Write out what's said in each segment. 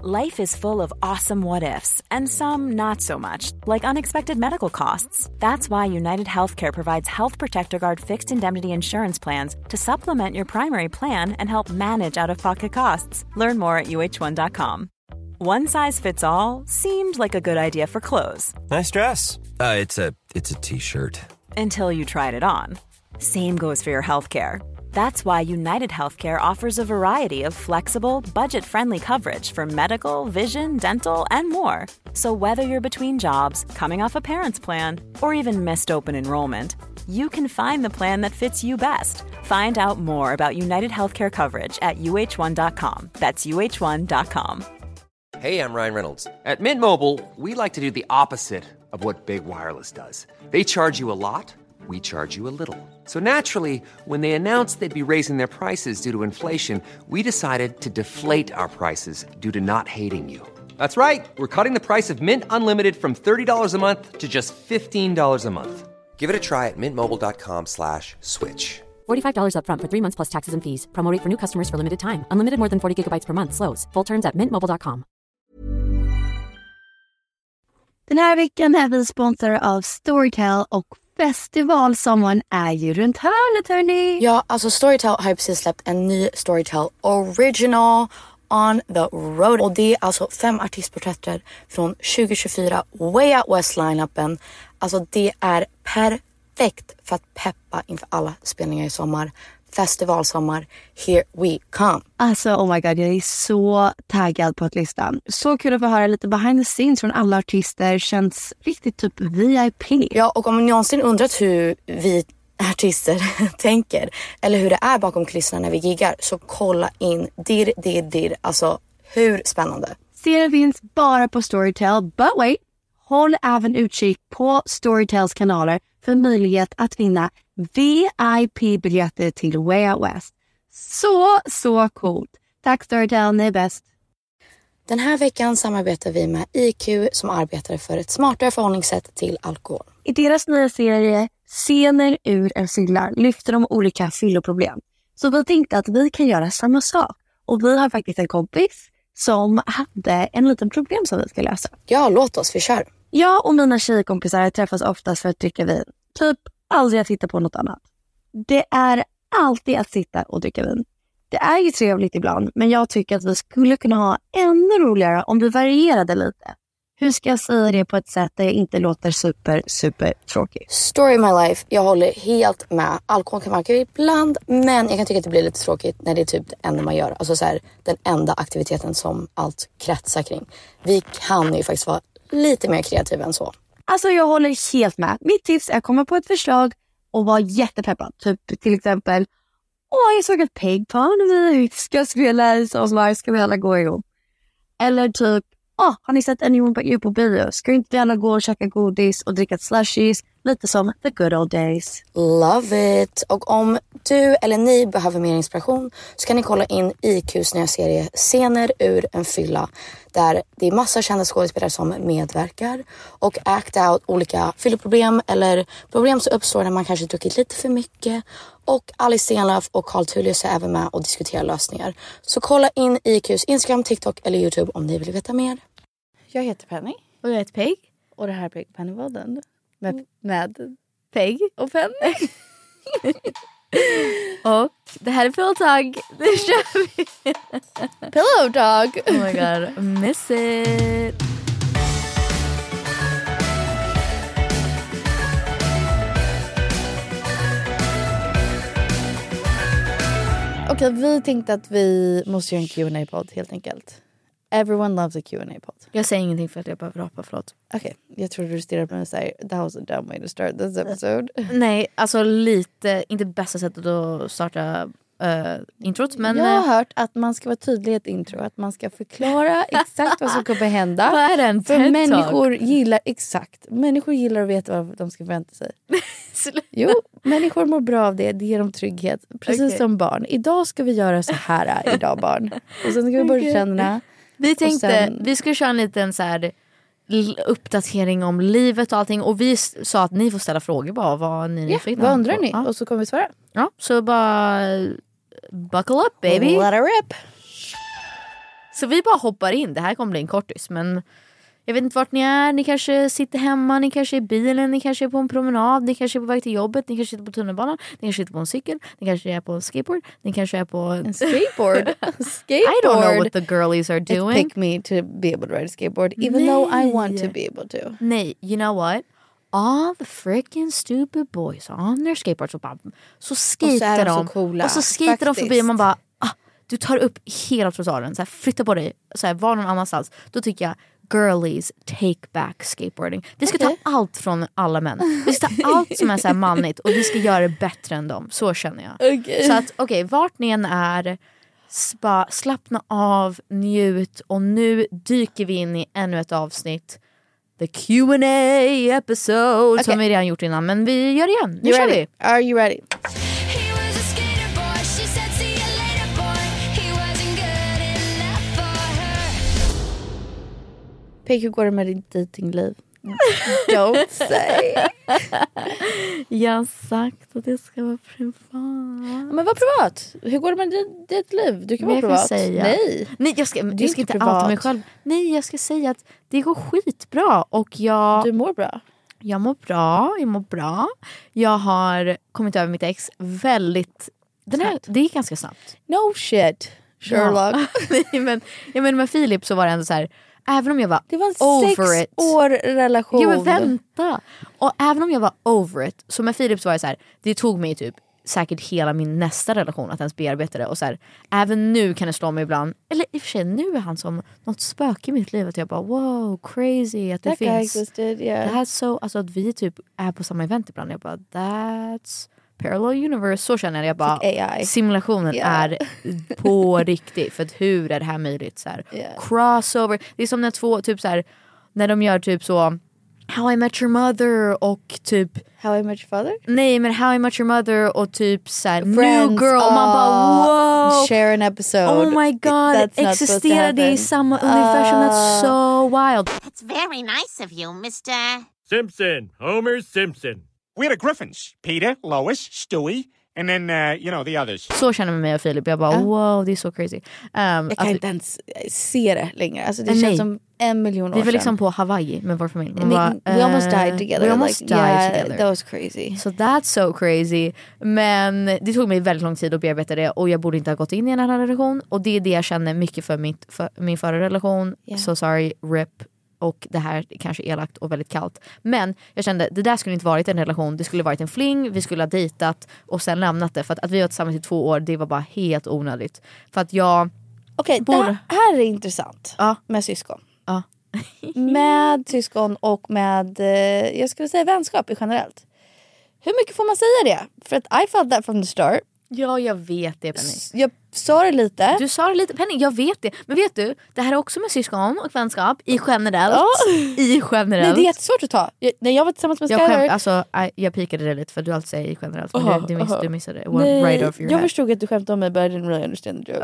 Life is full of awesome what-ifs, and some not so much, like unexpected medical costs. That's why United Healthcare provides Health Protector Guard fixed indemnity insurance plans to supplement your primary plan and help manage out-of-pocket costs. Learn more at uh1.com. One size fits all seemed like a good idea for clothes. Nice dress. It's a t-shirt. Until you tried it on. Same goes for your healthcare. That's why United Healthcare offers a variety of flexible, budget-friendly coverage for medical, vision, dental, and more. So whether you're between jobs, coming off a parent's plan, or even missed open enrollment, you can find the plan that fits you best. Find out more about United Healthcare coverage at uh1.com. That's uh1.com. Hey, I'm Ryan Reynolds. At Mint Mobile, we like to do the opposite of what Big Wireless does. They charge you a lot. We charge you a little. So naturally, when they announced they'd be raising their prices due to inflation, we decided to deflate our prices due to not hating you. That's right. We're cutting the price of Mint Unlimited from $30 a month to just $15 a month. Give it a try at mintmobile.com/switch. $45 up front for 3 months plus taxes and fees. Promo rate for new customers for limited time. Unlimited more than 40 gigabytes per month. Slows full terms at mintmobile.com. Den här veckan är vi sponsrade av Storytel och festivalsommaren är ju runt hörnet, hörni. Ja, alltså Storytel har precis släppt en ny Storytel Original on the road. Och det är alltså 5 artistporträtter från 2024 Way Out West-line-upen. Alltså det är perfekt för att peppa inför alla spelningar i sommar. Festivalsommar, here we come. Alltså oh my god, jag är så taggad på att lyssna. Så kul att få höra lite behind the scenes från alla artister. Känns riktigt typ VIP. Ja, och om ni någonsin undrat hur vi artister tänker eller hur det är bakom kulisserna när vi giggar, så kolla in Dirr. Alltså hur spännande. Serien finns bara på Storytel, but wait, håll även utkik på Storytels kanaler för möjlighet att vinna VIP-biljetter till Way Out West. Så coolt. Tack Storytel, ni är bäst. Den här veckan samarbetar vi med IQ som arbetar för ett smartare förhållningssätt till alkohol. I deras nya serie Scener ur en fylla lyfter de olika fylloproblem. Så vi tänkte att vi kan göra samma sak. Och vi har faktiskt en kompis som hade en liten problem som vi ska lösa. Ja, låt oss, vi kör. Jag och mina tjejkompisar träffas oftast för att dricka vin. Typ aldrig att titta på något annat. Det är alltid att sitta och dricka vin. Det är ju trevligt ibland, men jag tycker att vi skulle kunna ha ännu roligare om vi varierade lite. Hur ska jag säga det på ett sätt där jag inte låter super tråkigt? Story of my life, jag håller helt med. Alkohol kan man ju ibland, men jag kan tycka att det blir lite tråkigt när det är typ det enda man gör. Alltså så här, den enda aktiviteten som allt kretsar kring. Vi kan ju faktiskt vara lite mer kreativa än så. Alltså jag håller helt med. Mitt tips är att komma på ett förslag och vara jättepeppad. Typ till exempel, jag såg ett Peg-pan och vi ska spela i Soulsmart, ska vi alla gå ihop. Eller typ, har ni sett Anyone But You på bio? Ska inte vi alla gå och käka godis och dricka slushies? Lite som the good old days. Love it! Och om du eller ni behöver mer inspiration så kan ni kolla in IQs nya serie Scener ur en fylla. Där det är massa kända skådespelare som medverkar och act out olika fylloproblem eller problem som uppstår när man kanske druckit lite för mycket. Och Alice Stenlöf och Carl Tullius är även med och diskuterar lösningar. Så kolla in IQs Instagram, TikTok eller YouTube om ni vill veta mer. Jag heter Penny. Och jag heter Peg. Och det här är Peg Pennypodden. Med Peg och Penny. Och det här är Pillow Talk. Nu kör vi. Pillow Talk. Oh my god, miss it. Okej, vi tänkte att vi måste göra en Q&A-podd helt enkelt. Everyone loves a Q&A-podd. Jag säger ingenting för att jag behöver rapa, förlåt. Okej, jag tror du stirrar på mig och säger that was a dumb way to start this episode. Nej, alltså lite, inte bästa sättet att starta introt, men jag har hört att man ska vara tydlig i ett intro, att man ska förklara exakt vad som kommer hända. Vad är det, en för TED-talk? Människor gillar att veta vad de ska förvänta sig. Jo, människor mår bra av det. Det ger dem trygghet, precis som barn. Idag ska vi göra så här idag, barn. Och sen ska vi börja tänderna. Vi tänkte, vi skulle köra en liten så här uppdatering om livet och allting. Och vi sa att ni får ställa frågor bara. Vad ni nyfikna. Vad undrar ni? Ja. Och så kommer vi svara. Ja, så bara buckle up, baby. Let her rip. Så vi bara hoppar in. Det här kommer bli en kortis. Men jag vet inte vart ni är. Ni kanske sitter hemma, ni kanske är i bilen, ni kanske är på en promenad, ni kanske är på väg till jobbet, ni kanske sitter på tunnelbanan, ni kanske sitter på en cykel, ni kanske är på en skateboard, ni kanske är på en skateboard. I don't know what the girlies are doing. It picked me to be able to ride a skateboard even though I want to be able to. Nej, you know what? All the freaking stupid boys on their skateboards och bara, så skater de så coola, och så skater de förbi och man bara du tar upp hela trottoaren, så här, flytta på dig, så här, var någon annanstans. Då tycker jag girlies take back skateboarding. Vi ska ta allt från alla män. Vi ska ta allt som är så här mannigt och vi ska göra det bättre än dem. Så känner jag. Så att vart ni än är, bara slappna av, njut, och nu dyker vi in i ännu ett avsnitt. The Q&A episode som vi redan gjort innan, men vi gör det igen. Nu kör vi. Are you ready? Peg, hur går det med ditt datingliv? Don't say. Jag har sagt att det ska vara privat. Men vad privat? Hur går det med ditt liv? Du kan vara privat. Säga. Nej, jag ska inte outa mig själv. Nej, jag ska säga att det går skitbra. Och du mår bra? Jag mår bra. Jag har kommit över mitt ex väldigt... Det gick ganska snabbt. No shit, Sherlock. Ja. Nej, men med Filip så var det ändå så här... Även om jag var det var en over 6 år relation. Jo, men vänta. Och även om jag var over it, så med Filip så var det så här, det tog mig typ säkert hela min nästa relation att ens bearbeta det. Och så här, även nu kan det slå mig ibland. Eller i och för sig, nu är han som något spöke i mitt liv. Att jag bara, wow, crazy att det finns. Existed, yeah. Det här så, alltså att vi typ är på samma event ibland. Jag bara, that's parallel universe. Så känner jag bara, AI. Simulationen är på riktigt. För att hur är det här möjligt? Så här, crossover. Det är som när två, typ så här, när de gör typ så How I Met Your Mother och typ How I Met Your Father? Nej, men How I Met Your Mother och typ såhär New Girl och man bara wow, share an episode. Oh my god, existerar det i samma universum? That's so wild. It's very nice of you, Mr. Simpson, Homer Simpson. We're the Griffins. Peter, Lois, Stewie, and then, the others. Så känner jag mig och Filip. Jag bara, wow, det är så crazy. Jag kan inte ens se det längre. Alltså, det känns som 1 miljon år sedan. Vi var liksom på Hawaii med vår familj. We almost died together. We almost died together. That was crazy. So that's so crazy. Men det tog mig väldigt lång tid att bearbeta det. Och jag borde inte ha gått in i en annan relation. Och det är det jag känner mycket för min förra relation. So sorry, RIP. Och det här är kanske elakt och väldigt kallt. Men jag kände, det där skulle inte varit en relation. Det skulle varit en fling, vi skulle ha dejtat och sen lämnat det. För att vi var tillsammans i 2 år, det var bara helt onödigt. För att jag... Okej, det här är intressant med syskon. Ja. Med syskon och med, jag skulle säga vänskap generellt. Hur mycket får man säga det? För att I felt that from the start. Ja, jag vet det, Penny. Jag sa det lite. Du sa det lite, Penny, jag vet det. Men vet du, det här är också med syskon och vänskap i generellt. I generellt. Nej, det är jättesvårt att ta. När jag var tillsammans med Skyler... jag pikade det lite för du alltid säger i generellt. Men du missade det. Right off your jag head. förstod att du skämtade om mig, but I didn't really understand the joke.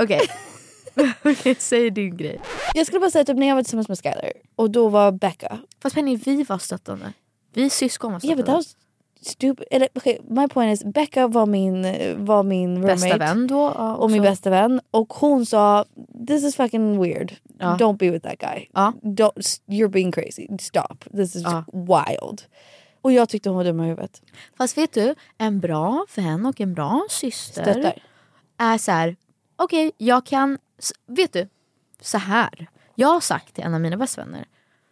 Okej, säg din grej. Jag skulle bara säga typ när jag var tillsammans med Skyler. Och då var Becca. Fast Penny, vi var stöttande. Vi syskon var stöttande. Yeah, but that was stupid. Okay, my point is, Becca var min roommate. Bästa vän då. Och min bästa vän. Och hon sa, this is fucking weird. Don't be with that guy. You're being crazy. Stop. This is wild. Och jag tyckte hon var dum i huvudet. Fast vet du, en bra vän och en bra syster stöttar. Är så här, okej, jag kan, vet du, så här. Jag har sagt till en av mina bästa vänner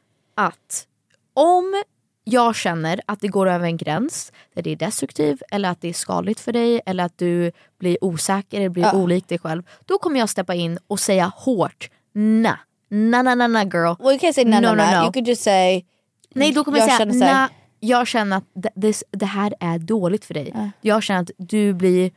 att om jag känner att det går över en gräns där det är destruktivt eller att det är skadligt för dig eller att du blir osäker eller blir olik dig själv, då kommer jag steppa in och säga hårt na girl. Well, you can't say no. You could just say nej, då kommer jag säga jag känner att det här är dåligt för dig. Jag känner att du blir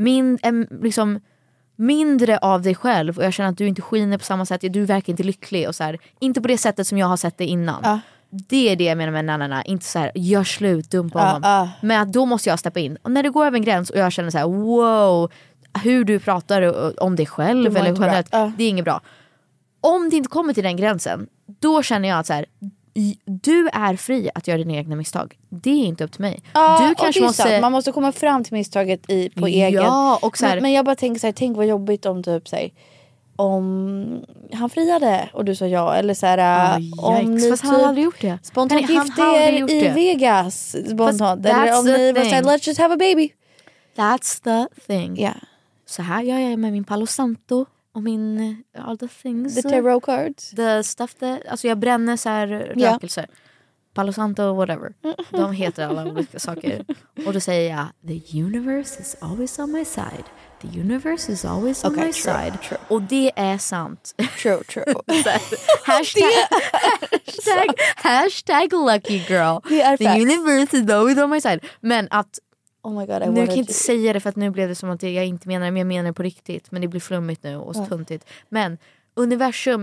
mindre av dig själv och jag känner att du inte skiner på samma sätt. Du verkar inte lycklig och så här, inte på det sättet som jag har sett det innan. Det är det jag menar med nanana. Inte så här, gör slut, dumpa honom. Men att då måste jag steppa in. Och när det går över en gräns och jag känner så här, wow, hur du pratar om dig själv eller generellt, det är inget bra. Om det inte kommer till den gränsen, då känner jag att så här, du är fri att göra dina egna misstag. Det är inte upp till mig. Du kanske måste... Man måste komma fram till misstaget på egen. Och så här... men jag bara tänker så här, tänk vad jobbigt om typ säg om han friade och du sa ja. Eller så här, om ni fast han hade aldrig gjort det. Spontant gifte er i Vegas. Spontant. Eller om ni var såhär, let's just have a baby. That's the thing. Yeah. Så här gör jag med min Palo Santo. Och min all the things. The tarot cards. The stuff that, alltså jag bränner så här rökelser. Palo Santo, whatever. De heter alla olika saker. Och då säger jag, the universe is always on my side. The universe is always on my side. True. Och det är sant. True. hashtag lucky girl. Det är the facts. universe is always on my side. Men att oh my God, nu kan jag inte säga det för att nu blev det som att jag inte menar det, men jag menar det på riktigt. Men det blir flummigt nu och tuntigt. Men universum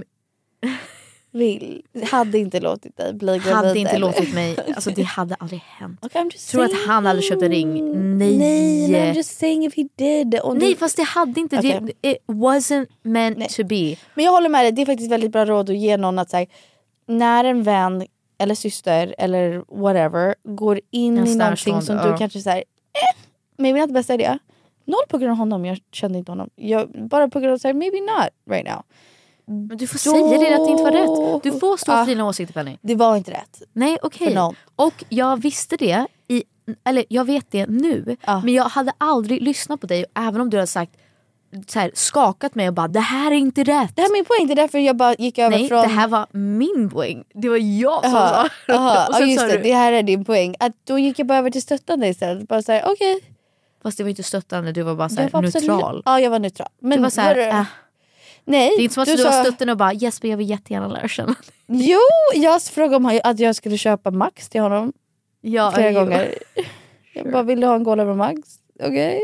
hade inte låtit dig bli gravid. Hade inte låtit mig. Alltså det hade aldrig hänt. Okay, I'm just tror att han hade köpt en ring. Nej, I'm just saying if he did. Nej, fast det hade inte. Okay. It wasn't meant to be. Men jag håller med dig. Det är faktiskt väldigt bra råd att ge någon att säga, när en vän eller syster eller whatever går in i någonting som du kanske säger maybe not bästa idé. Noll på grund av honom. Jag kände inte honom. Bara på grund av säga maybe not right now. Men du får säga det att det inte var rätt. Du får stå för dina åsikter, Penny. Det var inte rätt. Nej, okej. Och jag visste det eller jag vet det nu. Men jag hade aldrig lyssnat på dig. Även om du hade sagt så här, skakat mig och bara, det här är inte rätt. Det här är min poäng. Det är därför jag bara gick över från... Nej, det här var min poäng. Det var jag som sa. Ja, just det. Det här är din poäng. Att då gick jag bara över till stöttande istället. Bara såhär, okej. Fast det var inte stöttande. Du var bara såhär neutral. Ja, jag var neutral. Men du var såhär, nej, det är inte som att du var stöttande och bara Jesper, jag vill jättegärna lära känna. Jo, jag frågade om att jag skulle köpa Max till honom flera gånger. Jag bara, vill du ha en Goal Over Max? Okej.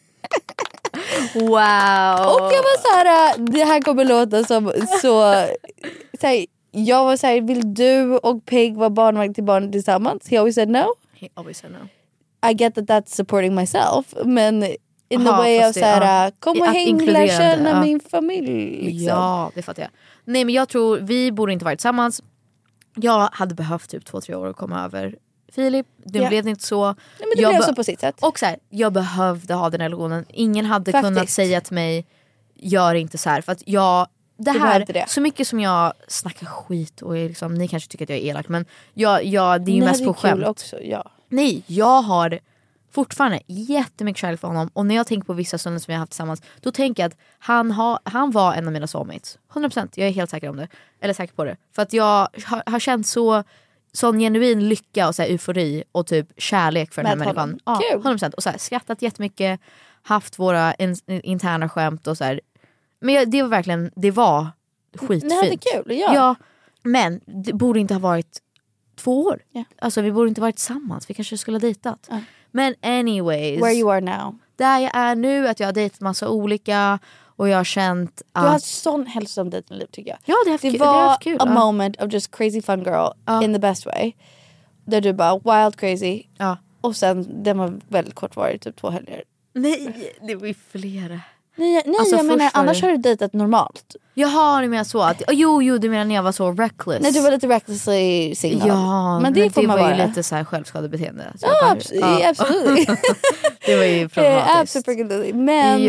Wow. Och jag var såhär, det här kommer låta som såhär, jag var såhär, vill du och Peg vara barnvagn till barn tillsammans? He always said no. He always said no. I get that that's supporting myself, men in the way of såhär, kom och häng, lär känna min familj liksom. Ja, det fattar jag. Nej, men jag tror vi borde inte vara tillsammans. Jag hade behövt typ 2-3 år att komma över Filip. Det blev inte så. Nej, men det blev så på sitt sätt. Och så här, jag behövde ha den här relationen. Ingen hade kunnat säga till mig, gör inte så här. För att det här, så mycket som jag snackar skit och är liksom, ni kanske tycker att jag är elak, men det är ju mest på skämt också, ja. Nej, jag har fortfarande jättemycket kärlek för honom. Och när jag tänker på vissa stunder som jag har haft tillsammans, då tänker jag att han var en av mina soulmates. 100%, jag är helt säker om det. Eller säker på det. För att jag har känt sån genuin lycka och så här eufori och typ kärlek för den här människan. Ja, 100%. Och så här, skrattat jättemycket, haft våra interna skämt och så här. Men det var verkligen, det var skitfint. Nej, det är kul, ja. Men det borde inte ha varit 2 år. Yeah. Alltså vi borde inte varit tillsammans. Vi kanske skulle ha dejtat. Men anyways. Where you are now. Där jag är nu, att jag har dejtat massa olika. Och jag har känt att... Du har sån hälsosam dejtingliv tycker jag. Ja, det var kul. A moment of just crazy fun girl in the best way. Där du bara wild crazy. Och sen den var väldigt kortvarig, typ 2 helger. Nej, det var ju flera. Nej, alltså, jag menar, annars har du dejtat normalt. Jaha, du menar så att... Jo, du menar när jag var så reckless. Nej, du var lite recklessly single. Ja, men det var ju lite så här självskadebeteende. Ja, absolut. Det var ju problematiskt. Absolut. Men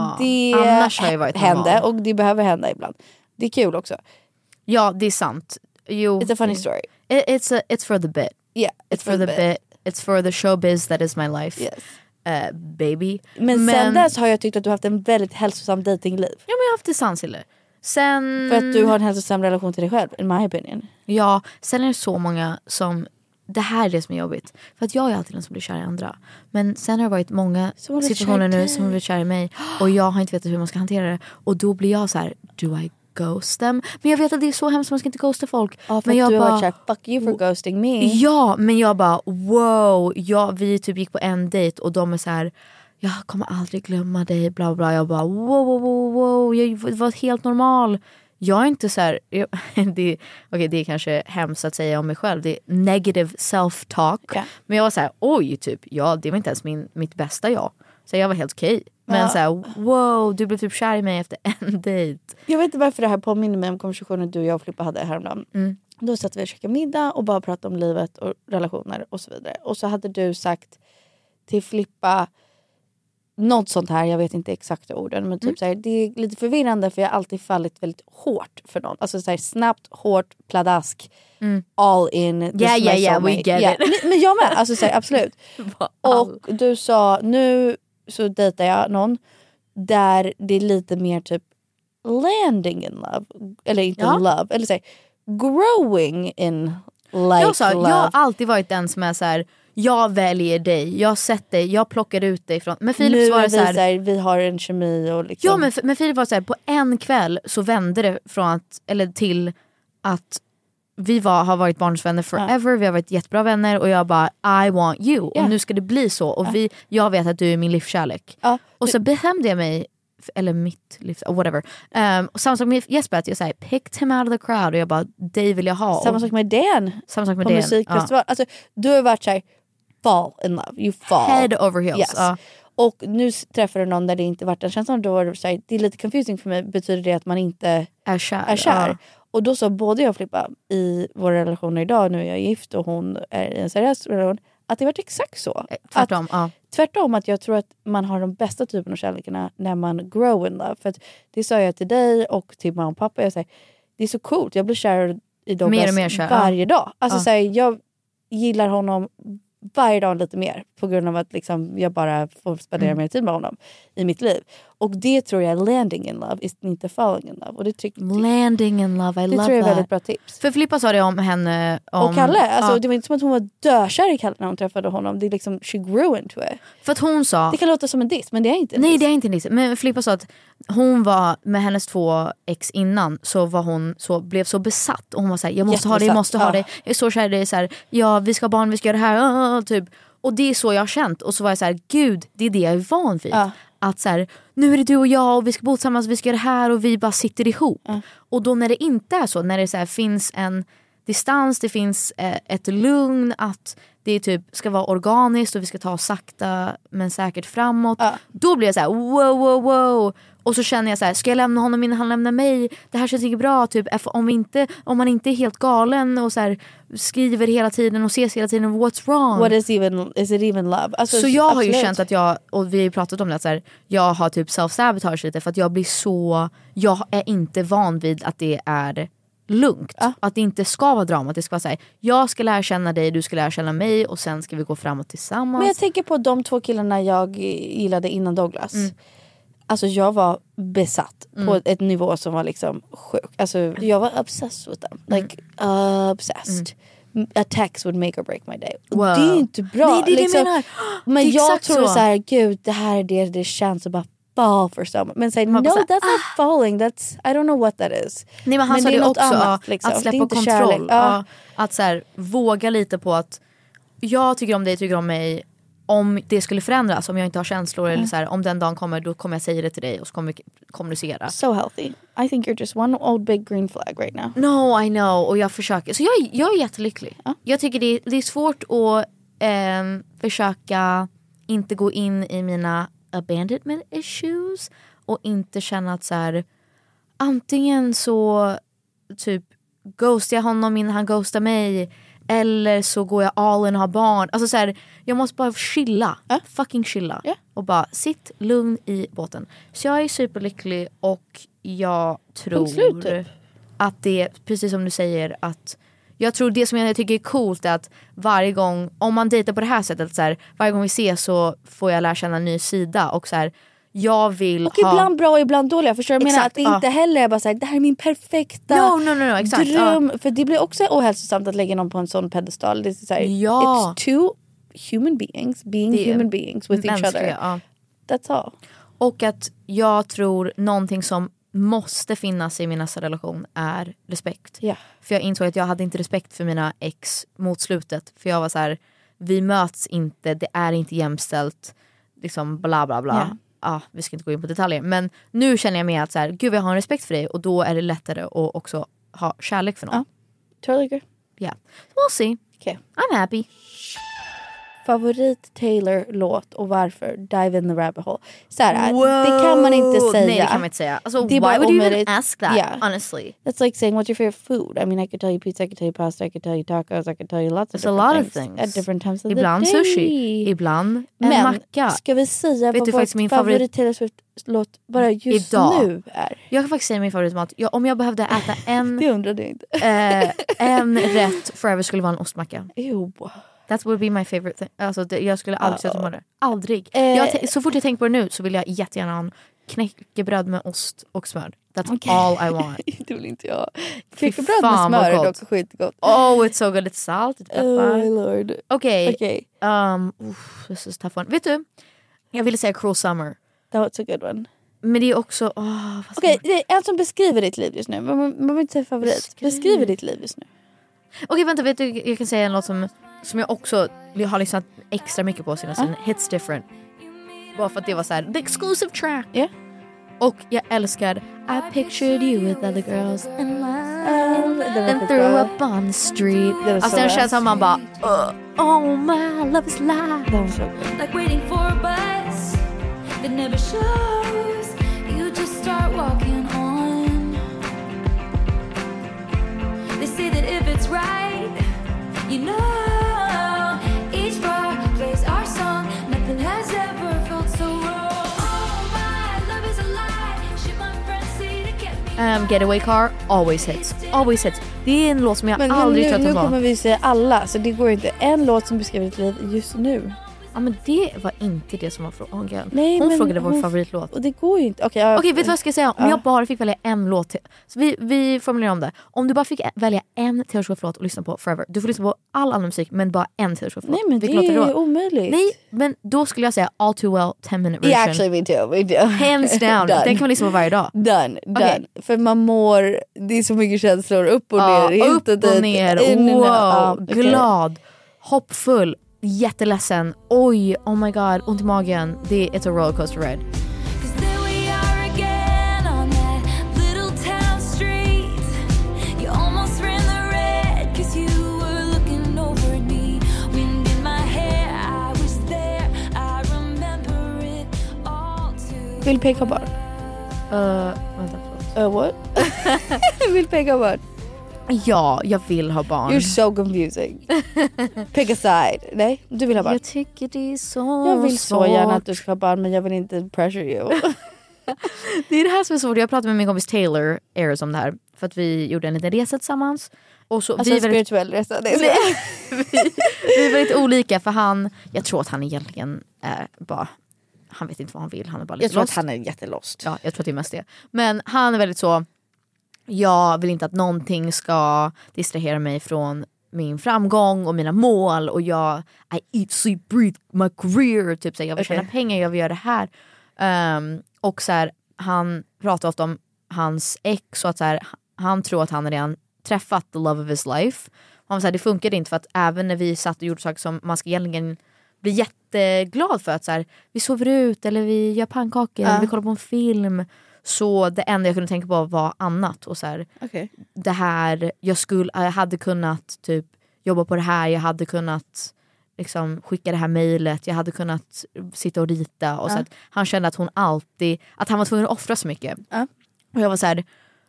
det hände och det behöver hända ibland. Det är kul också. Ja, det är sant. Jo, it's a funny story. It's for the bit. Yeah, it's for the bit. It's for the showbiz that is my life. Yes. Baby. Men sen dess har jag tyckt att du har haft en väldigt hälsosam datingliv. Ja, men jag har haft det sansille. Sen... För att du har en hälsosam relation till dig själv, in my opinion. Ja, sen är det så många som... Det här är det som är jobbigt. För att jag är alltid den som blir kär i andra. Men sen har det varit många situationer nu som har blivit kär i mig. Och jag har inte vetat hur man ska hantera det. Och då blir jag så här, do I ghost them? Men jag vet att det är så hemskt, man ska inte ghosta folk. Ja, för men jag du bara, har varit fuck you for ghosting me. Ja, men jag bara, wow. Vi typ gick på en dejt och de är så här, jag kommer aldrig glömma dig, bla bla. Jag bara, wow. Jag var helt normal. Jag är inte så här, det är kanske hemskt att säga om mig själv. Det är negative self-talk. Yeah. Men jag var så här, oj typ, det var inte ens mitt bästa jag. Så jag var helt okej. Men så här, wow, du blev typ kär i mig efter en dejt. Jag vet inte varför det här påminner mig om konversationen du, jag och Flippa hade häromdagen. Då satt vi och käkade middag och bara pratade om livet och relationer och så vidare. Och så hade du sagt till Flippa, något sånt här, jag vet inte exakta orden, men typ så här, det är lite förvirrande för jag har alltid fallit väldigt hårt för någon. Alltså så här, snabbt, hårt, pladask, all in. Yeah, we get it. Men jag med, alltså så här, absolut. Och du sa, nu så dejtar jag någon där det är lite mer typ landing in love, eller inte love, eller så här, growing in love. Jag har alltid varit den som är så här: jag väljer dig, jag har sett dig, jag plockar ut dig från. Men Filip nu var det så här, vi har en kemi och liksom. Ja, men Filip var så här, på en kväll så vände det från att, eller till att vi har varit barndomsvänner forever, vi har varit jättebra vänner och jag bara I want you och nu ska det bli så och jag vet att du är min livskärlek. Och så bestämde jag mig, eller mitt liv, whatever. Och samma sak med Jesper, att jag säger picked him out of the crowd och jag bara, dig vill jag ha. Samma sak med Dan. Samma sak med på musikfestival. Alltså, du har varit såhär, fall in love, you fall. Head over heels. Yes. Och nu träffar du någon där det inte varit en känsla, då var det såhär, det är lite confusing för mig, betyder det att man inte är kär? Och då sa både jag och Filippa i våra relationer idag, nu är jag gift och hon är i en seriös relation, att det varit exakt så. Tvärtom, att jag tror att man har de bästa typen av kärlekarna när man grow in love. För att det sa jag till dig och till mamma och pappa. Jag säger, det är så coolt, jag blir kär i Douglas mer och mer kär, varje dag. Alltså så här, jag gillar honom varje dag lite mer på grund av att liksom, jag bara får spendera mer tid med honom i mitt liv. Och det tror jag är landing in love, inte falling in love. Och det landing in love, I love that. Det tror jag är väldigt bra tips. För Filippa sa det om henne. Och Kalle, alltså, det var inte som att hon var dökär i Kalle när hon träffade honom. Det är liksom, she grew into it. För att hon sa, det kan låta som en diss, men det är inte en diss. Nej, det är inte en diss. Men Filippa sa att hon var med hennes 2 ex innan, så var hon blev så besatt. Och hon var såhär, jag måste ha det, jag måste ha det. Jag är så kär i det, såhär, ja vi ska ha barn, vi ska göra det här, typ. Och det är så jag har känt. Och så var jag så här, gud, det är det jag är van vid. Att så här, nu är det du och jag och vi ska bo tillsammans, vi ska göra det här och vi bara sitter ihop. Och då när det inte är så, när det så här, finns en distans, det finns ett lugn, att det typ ska vara organiskt och vi ska ta sakta men säkert framåt. Då blir jag så här, wow. Och så känner jag så här, ska jag lämna honom innan han lämnar mig? Det här känns inte bra, typ, om man inte är helt galen och så här, skriver hela tiden och ses hela tiden, what's wrong? What is it even love? Alltså, så jag har ju känt att och vi har ju pratat om det, att så här, jag har typ self-sabotage lite för att jag är inte van vid att det är lugnt. Att det inte ska vara drama, att det ska vara så här, jag ska lära känna dig, du ska lära känna mig och sen ska vi gå framåt tillsammans. Men jag tänker på de 2 killarna jag gillade innan Douglas. Alltså jag var besatt på ett nivå som var liksom sjuk. Alltså jag var obsessed with them. Like obsessed. Attacks would make or break my day. Wow. Det är inte bra. Nej, det är liksom. det jag menar. Men jag tror så här, gud, det här är det känns att bara fall for someone. Men säg, no, that's not falling. That's, I don't know what that is. Nej, men han sa det också, annat, liksom. att släppa kontroll. Att så här, våga lite på att jag tycker om dig, tycker om mig. Om det skulle förändras, om jag inte har känslor eller så här, om den dagen kommer, då kommer jag säga det till dig och så kommer vi kommunicera. So healthy. I think you're just one old big green flag right now. No, I know. Och jag försöker. Så jag är jättelycklig. Jag tycker det är svårt att försöka inte gå in i mina abandonment issues och inte känna att så här, antingen så typ ghostar jag honom innan han ghostar mig, eller så går jag all in och har barn. Alltså så här, jag måste bara chilla. Fucking chilla. Och bara sitt lugn i båten. Så jag är superlycklig och jag tror typ. Att det, precis som du säger, att jag tror det som jag tycker är coolt är att varje gång, om man dejtar på det här sättet så här, varje gång vi ses så får jag lära känna en ny sida och så här, jag vill och ibland bra och ibland dåliga. Förstår du? Jag menar att det inte heller är bara såhär, det här är min perfekta dröm. För det blir också ohälsosamt att lägga någon på en sån pedestal. Det är så här, it's 2 human beings being human beings with each other. That's all. Och att jag tror någonting som måste finnas i min nästa relation är respekt. För jag insåg att jag hade inte respekt för mina ex mot slutet. För jag var så här, vi möts inte, det är inte jämställt, liksom bla bla bla. Vi ska inte gå in på detaljer. Men nu känner jag mig att så här, gud, jag har en respekt för dig. Och då är det lättare att också ha kärlek för någon. Totally agree. Yeah. We'll see. Okay. I'm happy. favorit Taylor-låt och varför? Dive in the rabbit hole. Såhär, det kan man inte säga. Nej, det kan man inte säga. Alltså, why would you even ask that, honestly? That's like saying, what's your favorite food? I mean, I could tell you pizza, I could tell you pasta, I could tell you tacos, I could tell you lots of different things. At different times of ibland the day. Sushi, ibland en macka. Ska vi säga vad vår favorit Taylor Swift-låt bara just idag nu är? Jag kan faktiskt säga min favoritmat. Om jag behövde äta en det undrade jag inte. en rätt forever skulle vara en ostmacka. Ew. That would be my favorite thing. Alltså, jag skulle aldrig sätta på det. Aldrig. Så fort jag tänker på det nu så vill jag jättegärna ha en knäckebröd med ost och smör. That's all I want. Det vill inte jag. Knäckebröd med smör är dock skitgott. Oh, it's so good. It's salt, it's pepper. Oh lord. Okay. This is a tough one. Vet du? Jag ville säga Cruel Summer. That was a good one. Men det är också... Okej, det är en som beskriver ditt liv just nu. Man vill inte säga favorit. Beskriver ditt liv just nu. Okej, vänta. Vet du, jag kan säga en låt som jag också har lyssnat extra mycket på senaste. Hits Different. Bara för att det var så här, the exclusive track. Yeah. Och jag älskar I pictured you with other girls in love. Then threw up on the street. Alltså den känns som man bara oh my love is live. Like waiting for a bus that never shows. You just start walking on. They say that if it's right, you know, each bar plays our song. Nothing has ever felt so wrong. Oh my love is a lie. Should my friends say to get me? Getaway Car always hits. Always hits. Det är en låt som jag aldrig tröttnat på. Nu kommer vi säga alla, så det går inte. En låt som beskriver ditt liv just nu. Ja, men det var inte det som var frågan. Nej, hon frågade vår favoritlåt. Och det går ju inte. Okej, vet du vad jag ska säga? Om jag bara fick välja en låt till, så vi formulerar om det. Om du bara fick välja en Taylor Swift-låt och lyssna på forever. Du får lyssna på all annan musik, men bara en Taylor Swift-låt. Nej, men det är omöjligt. Nej, men då skulle jag säga All Too Well 10-minute version. Yeah, actually me too. Hands down. Den kan man lyssna på varje dag. Done. För man mår, det är så mycket känslor upp och ner. Upp och ner. Wow, glad, hoppfull, jätteledsen. Oj, oh my god, ont i magen. It's a rollercoaster ride. Vill peka barn? What? Vill peka barn? Ja, jag vill ha barn. You're so confusing. Pick a side. Nej, du vill ha barn. Jag tycker det är så Jag vill svårt. så gärna att du ska ha barn, men jag vill inte pressure you. Det är det här som är svårt. Jag pratade med min kompis Taylor Ayers om det här. För att vi gjorde en liten resa tillsammans. Och så, alltså vi en spirituell resa. vi är väldigt olika. För jag tror att han egentligen bara... Han vet inte vad han vill. Han är bara lite jag tror lost. Att han är jättelost. Ja, jag tror att det är mest det. Men han är väldigt så... Jag vill inte att någonting ska distrahera mig från min framgång och mina mål. Och I eat, sleep, breathe my career. Typ så jag vill tjäna pengar, jag vill göra det här. Och så här, han pratar ofta om hans ex. Och att så här, han tror att han har redan träffat the love of his life. Han säger det funkade inte, för att även när vi satt och gjorde saker som man ska egentligen bli jätteglad för. Att så här, vi sover ut eller vi gör pannkakor eller vi kollar på en film. Så det enda jag kunde tänka på var annat. Och så här, det här, jag hade kunnat typ jobba på det här. Jag hade kunnat liksom skicka det här mejlet. Jag hade kunnat sitta och rita. Och så att han kände att att han var tvungen att offra så mycket. Och jag var så här,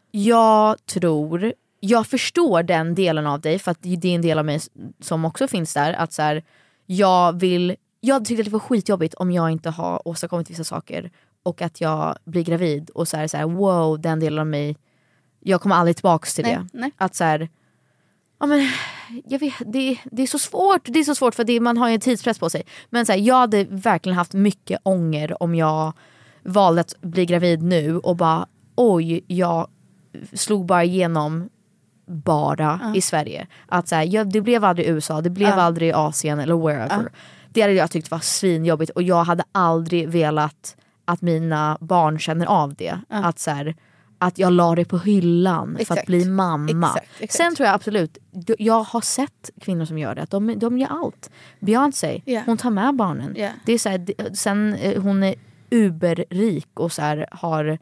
jag förstår den delen av dig. För att det är en del av mig som också finns där. Att så här, jag tyckte det var skitjobbigt om jag inte har åstadkommit vissa saker. Och att jag blir gravid och så här, wow, den delen av mig, jag kommer aldrig tillbaka till det. Nej. Att så här, ja men jag vet, det är så svårt. Det är så svårt för man har ju en tidspress på sig. Men så här, jag hade verkligen haft mycket ånger om jag valde att bli gravid nu och bara oj, jag slog bara igenom i Sverige. Att så här, det blev aldrig USA, det blev aldrig Asien eller wherever. Det hade jag tyckt var svinjobbigt och jag hade aldrig velat att mina barn känner av det. Att så här, att jag la det på hyllan för att bli mamma. Exakt. Sen tror jag absolut, jag har sett kvinnor som gör det. Att de gör allt. Beyoncé, hon tar med barnen. Det är så här, sen hon är uberrik och så här, har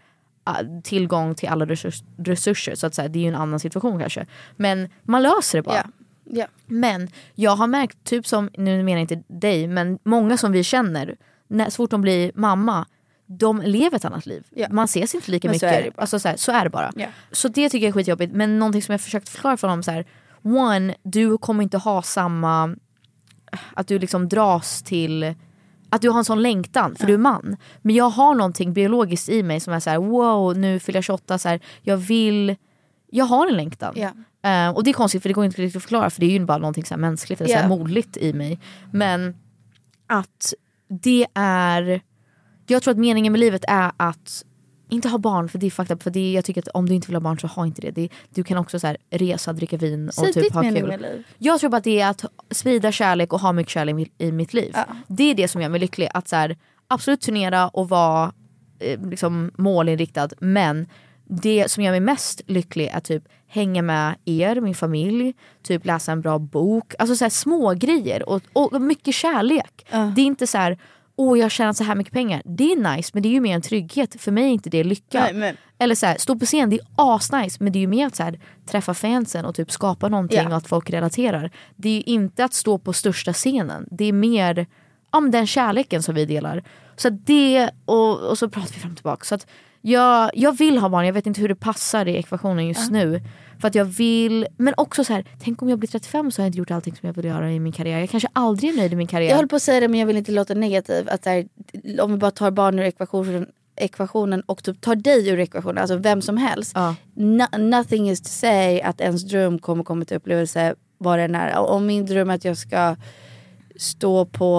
tillgång till alla resurser. Så att så här, det är ju en annan situation kanske. Men man löser det bara. Yeah. Men jag har märkt, typ som, nu menar jag inte dig, men många som vi känner, så fort de blir mamma, de lever ett annat liv. Man ses inte lika mycket. Så är det bara. Yeah. Så det tycker jag är skitjobbigt. Men någonting som jag försökt förklara för dem så här: one, du kommer inte ha samma, att du liksom dras till, att du har en sån längtan för du är man. Men jag har någonting biologiskt i mig som är så här: wow, nu fyller jag 28, så här, jag har en längtan. Och det är konstigt för det går inte riktigt att förklara, för det är ju bara någonting så här mänskligt eller så här modligt i mig. Men att det är, jag tror att meningen med livet är att inte ha barn, för det är fucked up, för det, jag tycker att om du inte vill ha barn så ha inte det. Du kan också så här resa, dricka vin och typ ha kul. Jag tror bara att det är att sprida kärlek och ha mycket kärlek i mitt liv. Det är det som gör mig lycklig, att så här, absolut turnera och vara liksom målinriktad, men det som gör mig mest lycklig är typ hänga med er, min familj, typ läsa en bra bok, alltså så här små grejer och mycket kärlek. Det är inte så här: jag tjänar så här mycket pengar. Det är nice, men det är ju mer en trygghet. För mig är inte det lycka. Nej, men... Eller så här, stå på scen, det är asnice, men det är ju mer att så här, träffa fansen och typ skapa någonting och att folk relaterar. Det är ju inte att stå på största scenen. Det är mer den kärleken som vi delar. Så det, och så pratar vi fram och tillbaka. Så att jag vill ha barn. Jag vet inte hur det passar i ekvationen just nu. För att jag vill, men också så här, tänk om jag blir 35 så har jag inte gjort allting som jag vill göra i min karriär. Jag kanske aldrig är nöjd i min karriär. Jag håller på att säga det, men jag vill inte låta negativ. Att här, om vi bara tar barn ur ekvationen och typ tar dig ur ekvationen, alltså vem som helst. Nothing is to say att ens dröm kommer till upplevelse vad den är. Om min dröm är att jag ska stå på,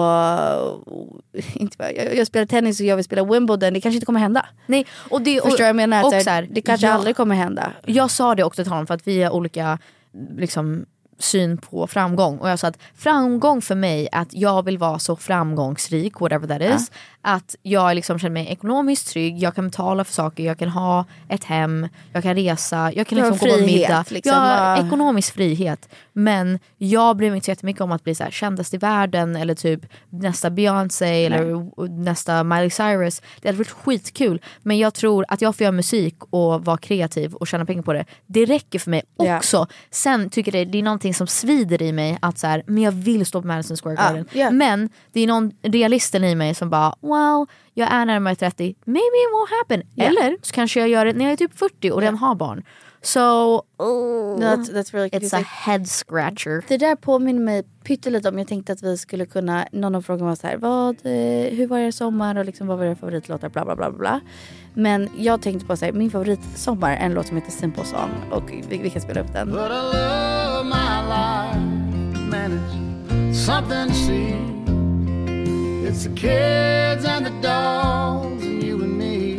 jag spelar tennis och jag vill spela Wimbledon, det kanske inte kommer hända. Nej, och det, förstår jag menar, och så här, det kanske aldrig kommer hända. Jag sa det också till honom för att vi har olika liksom syn på framgång, och jag sa att framgång för mig är att jag vill vara så framgångsrik, whatever that is, att jag liksom känner mig ekonomiskt trygg, jag kan betala för saker, jag kan ha ett hem, jag kan resa, jag kan liksom gå på middag, liksom. Jag har ekonomisk frihet, men jag bryr mig inte så jättemycket om att bli så här kändast i världen eller typ nästa Beyoncé eller nästa Miley Cyrus. Det hade varit skitkul, men jag tror att jag får göra musik och vara kreativ och tjäna pengar på det. Det räcker för mig också. Sen tycker det är någonting som svider i mig att så här, men jag vill stå på Madison Square Garden. Men det är någon realisten i mig som bara, wow, jag är närmare 30, maybe it won't happen. Eller så kanske jag gör det när jag är typ 40 och redan har barn. So that's really it's a head scratcher. Det där påminner mig pyttelite om, jag tänkte att vi skulle kunna, någon av frågorna var så här, hur var det sommar och liksom, vad var det favoritlåtar, bla bla bla bla. Men jag tänkte på så här, min favoritsommar är en låt som heter Simple Song, och vi kan spela upp den. But I love my life, man, it's something to see. It's the kids and the dogs and you and me.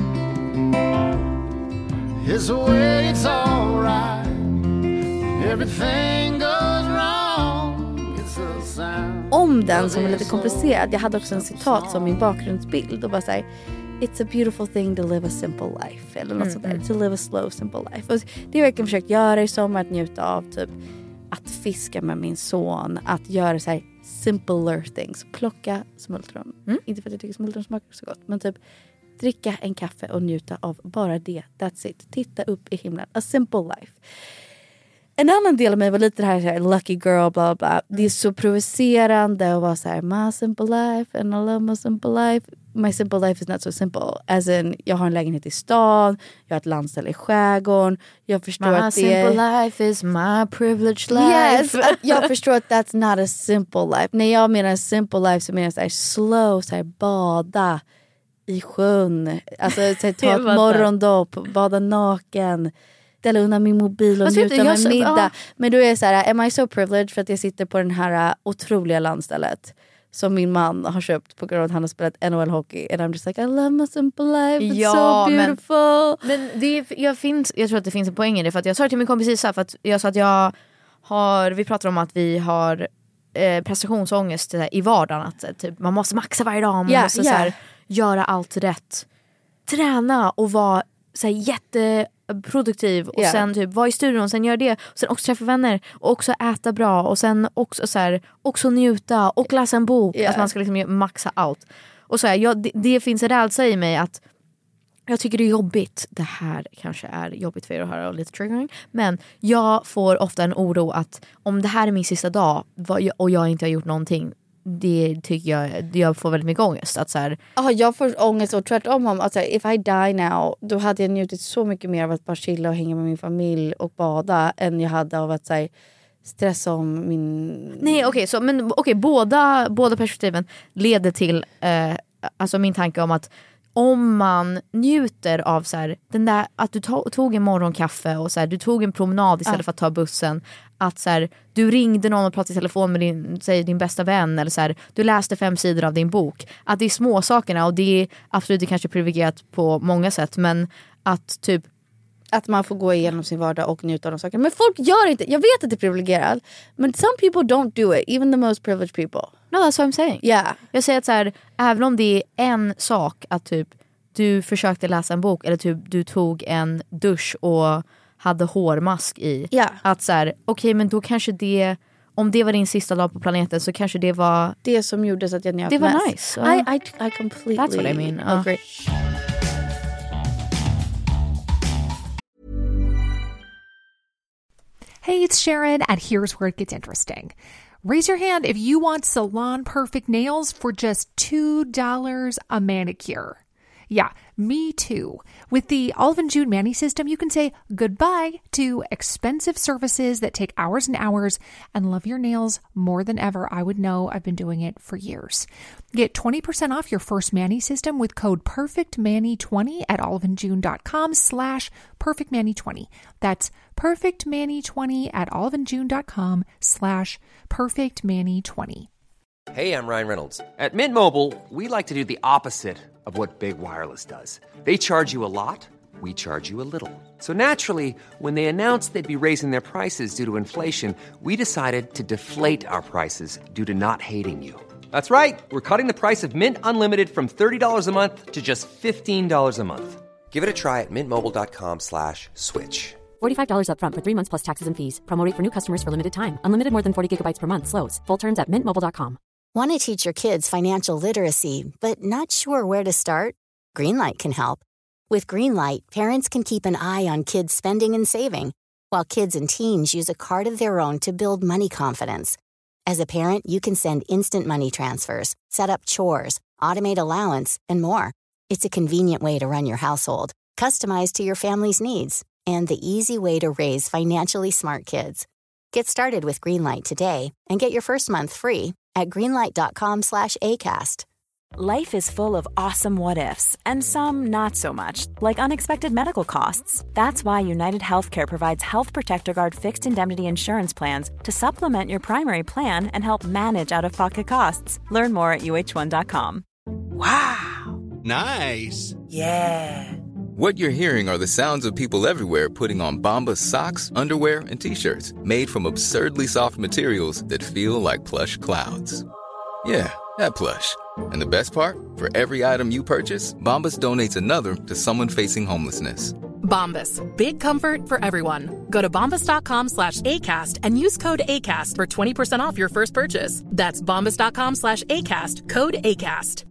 It's the way it's all right. Everything goes wrong. It's a sound. Om den som är lite komplicerad, jag hade också en citat som min bakgrundsbild och bara säga, it's a beautiful thing to live a simple life, eller något sånt där. To live a slow simple life. Och det har jag verkligen försökt göra i sommar, att njuta av typ att fiska med min son, att göra så här simpler things, plocka smultron. Inte för att jag tycker smultron smakar så gott, men typ dricka en kaffe och njuta av bara det. That's it. Titta upp i himlen. A simple life. En annan del av mig var lite det här lucky girl, bla bla. Det är så provocerande att vara så här, my simple life and I love my simple life. My simple life is not so simple. As in, jag har en lägenhet i stan, jag har ett landställe i skärgården. Jag förstår att det är... My simple life is my privileged life. Yes, jag förstår att that's not a simple life. När jag menar simple life så menar jag så här slow, så här bada i sjön. Alltså så här, ta ett morgondopp, bada naken. Ställa undan min mobil och njuta med middag. Men då är jag så här, am I so privileged för att jag sitter på den här otroliga landstället som min man har köpt på grund av att han har spelat NHL-hockey. And I'm just like, I love my simple life. It's so beautiful. Men jag tror att det finns en poäng i det. För att jag sa det till min kompis Isa, för att jag sa att vi pratar om att vi har prestationsångest i vardagen. Att typ, man måste maxa varje dag. Man måste så här, göra allt rätt. Träna och vara så här, jätteproduktiv. Och sen typ vara i studion och sen göra det. Och sen också träffa vänner. Och också äta bra. Och sen också, så här, också njuta. Och läsa en bok. Att man ska liksom maxa allt. Och så här, det finns en rädsla i mig att Jag tycker det är jobbigt. Det här kanske är jobbigt för er att höra och lite triggering. Men jag får ofta en oro att om det här är min sista dag och jag inte har gjort någonting, det tycker jag får väldigt mycket ångest. Att så här, jag får ångest och tvärtom om att if I die now, då hade jag njutit så mycket mer av att bara chilla och hänga med min familj och bada än jag hade av att så här, stressa om min... Nej okej, båda perspektiven leder till alltså min tanke om att om man njuter av så här, den där, att du tog en morgonkaffe och så här, du tog en promenad istället för att ta bussen, att så här, du ringde någon och pratade i telefon med din bästa vän, eller så här, du läste 5 sidor av din bok, att det är små sakerna, och det är absolut kanske privilegierat på många sätt, men att typ att man får gå igenom sin vardag och njuta av de sakerna. Men folk gör inte, jag vet att det är privilegierat, men some people don't do it, even the most privileged people. No, that's what I'm saying. Yeah. Jag säger att så här, även om det är en sak att typ du försökte läsa en bok, eller typ du tog en dusch och hade hårmask i. Yeah. Att så här, okej, men då kanske det, om det var din sista dag på planeten, så kanske det var det som gjorde så att jag njöt mest. Det var nice. I completely That's what I mean. agree. Hey, it's Sharon, and here's where it gets interesting. Raise your hand if you want salon-perfect nails for just $2 a manicure. Yeah, me too. With the Olive & June Mani System, you can say goodbye to expensive services that take hours and hours and love your nails more than ever. I would know. I've been doing it for years. Get 20% off your first Mani System with code PERFECTMANI20 at oliveandjune.com/PerfectMani20. That's PerfectMani20 at oliveandjune.com/PerfectMani20. Hey, I'm Ryan Reynolds. At Mint Mobile, we like to do the opposite of what Big Wireless does. They charge you a lot, we charge you a little. So naturally, when they announced they'd be raising their prices due to inflation, we decided to deflate our prices due to not hating you. That's right. We're cutting the price of Mint Unlimited from $30 a month to just $15 a month. Give it a try at mintmobile.com/switch. $45 up front for 3 months plus taxes and fees. Promo rate for new customers for limited time. Unlimited more than 40 gigabytes per month. Slows full terms at mintmobile.com. Want to teach your kids financial literacy, but not sure where to start? Greenlight can help. With Greenlight, parents can keep an eye on kids' spending and saving, while kids and teens use a card of their own to build money confidence. As a parent, you can send instant money transfers, set up chores, automate allowance, and more. It's a convenient way to run your household, customized to your family's needs, and the easy way to raise financially smart kids. Get started with Greenlight today and get your first month free at greenlight.com/ACAST. Life is full of awesome what-ifs, and some not so much, like unexpected medical costs. That's why United Healthcare provides Health Protector Guard fixed indemnity insurance plans to supplement your primary plan and help manage out-of-pocket costs. Learn more at uh1.com. Wow! Nice! Yeah! What you're hearing are the sounds of people everywhere putting on Bombas socks, underwear, and T-shirts made from absurdly soft materials that feel like plush clouds. Yeah, that plush. And the best part? For every item you purchase, Bombas donates another to someone facing homelessness. Bombas. Big comfort for everyone. Go to bombas.com/ACAST and use code ACAST for 20% off your first purchase. That's bombas.com/ACAST. Code ACAST.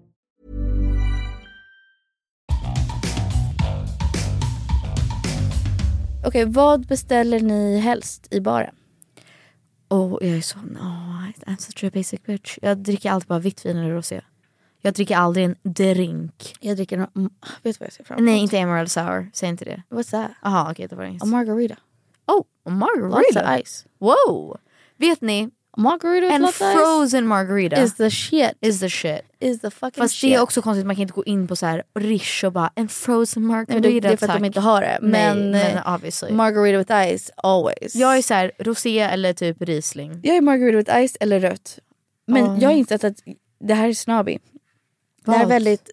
Okej, vad beställer ni helst i baren? Jag är sån, I'm such a basic bitch. Jag dricker alltid bara vitt vin eller rosé. Jag dricker aldrig en drink. Jag dricker vet du vad jag ser fram emot? Nej, inte Emerald Sour, säg inte det. What's that? Jaha, okej, det var inget. A margarita. A margarita? Lots of ice. Wow. Vet ni? Margarita en frozen margarita is the shit. Is the shit. Is the fucking Fast shit. Det är också konstigt, man kan inte gå in på så här Rish och bara en frozen margarita. Nej, det är för att de inte har det. Men obviously. Margarita with ice, always. Jag är så här rosé eller typ Riesling. Jag är margarita with ice eller rött. Men jag har insett att det här är snobby. Det här är väldigt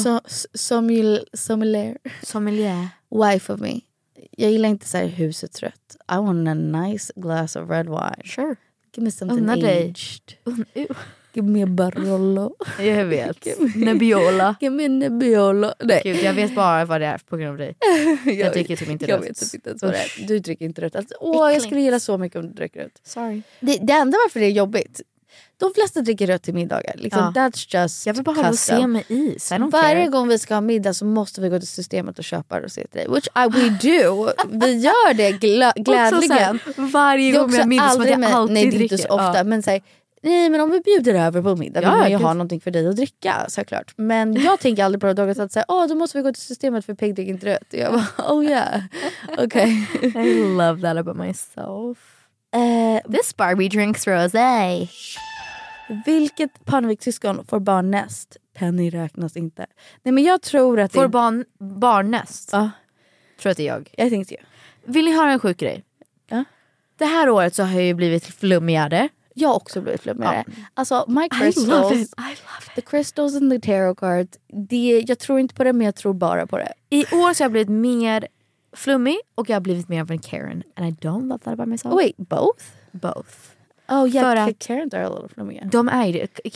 sommelier. Wife of me. Jag gillar inte så här husets rött. I want a nice glass of red wine. Sure. Give me something aged. Give me a Barolo. Jag vet. Nebbiolo. Give me a Nebbiolo. Nej. Gud, jag vet bara vad det är på grund av dig. Jag dricker typ inte rött. Jag vet typ inte ens vad det är. Du dricker inte rött. Alltså, jag skulle gilla så mycket om du dricker rött. Sorry. Det enda varför det är jobbigt De flesta dricker rött till middagar. Liksom, that's just jag vill bara ha rosé med is. Varje gång vi ska ha middag så måste vi gå till systemet och köpa rosé till dig. Which we do. Vi gör det glädligen. Varje gång vi har middag så jag alltid nej, dricker. Inte så ofta. Men säg, nej, men om vi bjuder över på middag vill man ju ha någonting för dig att dricka, såklart. Men jag tänker aldrig på det dagen att säga, då måste vi gå till systemet för pigg dricker inte rött. Jag bara, oh yeah, okay. I love that about myself. This Barbie drinks rosé. Vilket Parnevik-syskon får barn näst? Penny räknas inte. Nej, men jag tror att får barn näst? Ja. Tror att det är jag. Jag tänkte ju. Vill ni höra en sjuk grej? Ja. Det här året så har jag ju blivit flummigare. Jag har också blivit flummigare. Alltså my crystals, I love it. The crystals and the tarot cards. Jag tror inte på det, men jag tror bara på det. I år så har jag blivit mer flummig och jag har blivit mer av en Karen. And I don't love that about myself. Oh wait, both? Both. Oh yeah, Karen är a little flummiga. De är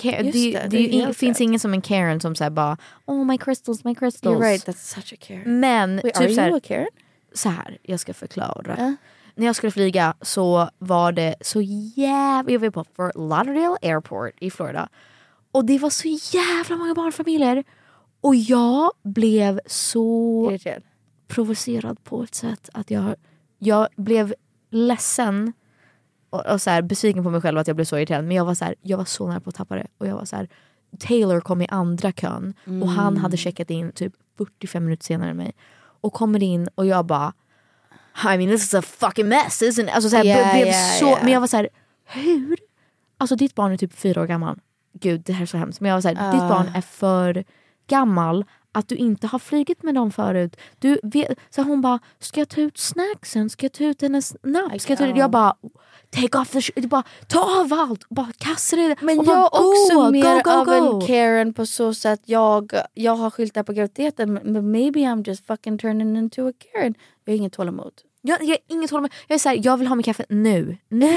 det finns ingen som en Karen som säger bara oh my crystals. You're right, that's such a Karen. Men wait, typ are you a Karen? Så här, jag ska förklara. När jag skulle flyga så var det så jävla... Jag var på Fort Lauderdale Airport i Florida. Och det var så jävla många barnfamiljer. Och jag blev så irriterad, provocerad på ett sätt att jag blev ledsen och så här, besviken på mig själv att jag blev så irriterad. Men jag var så nära på att tappa det. Och jag var så här, Taylor kom i andra kön. Och han hade checkat in typ 45 minuter senare än mig. Och kommer in och jag bara... I mean, this is a fucking mess, isn't it? Alltså, men jag var så här, hur? Alltså ditt barn är typ 4 år gammal. Gud, det här är så hemskt. Men jag var så här, ditt barn är för gammal att du inte har flygit med dem förut. Så hon bara, ska jag ta ut snacksen? Ska jag ta ut hennes napp? Jag bara, take off the bara, ta av allt. Bara kasta det. Men jag är också mer av en Karen på så sätt. Jag har skyltat på graviditeten. Men maybe I'm just fucking turning into a Karen. Jag har inget tålamod. Jag har inget tålamod. Jag är såhär, jag vill ha min kaffe nu.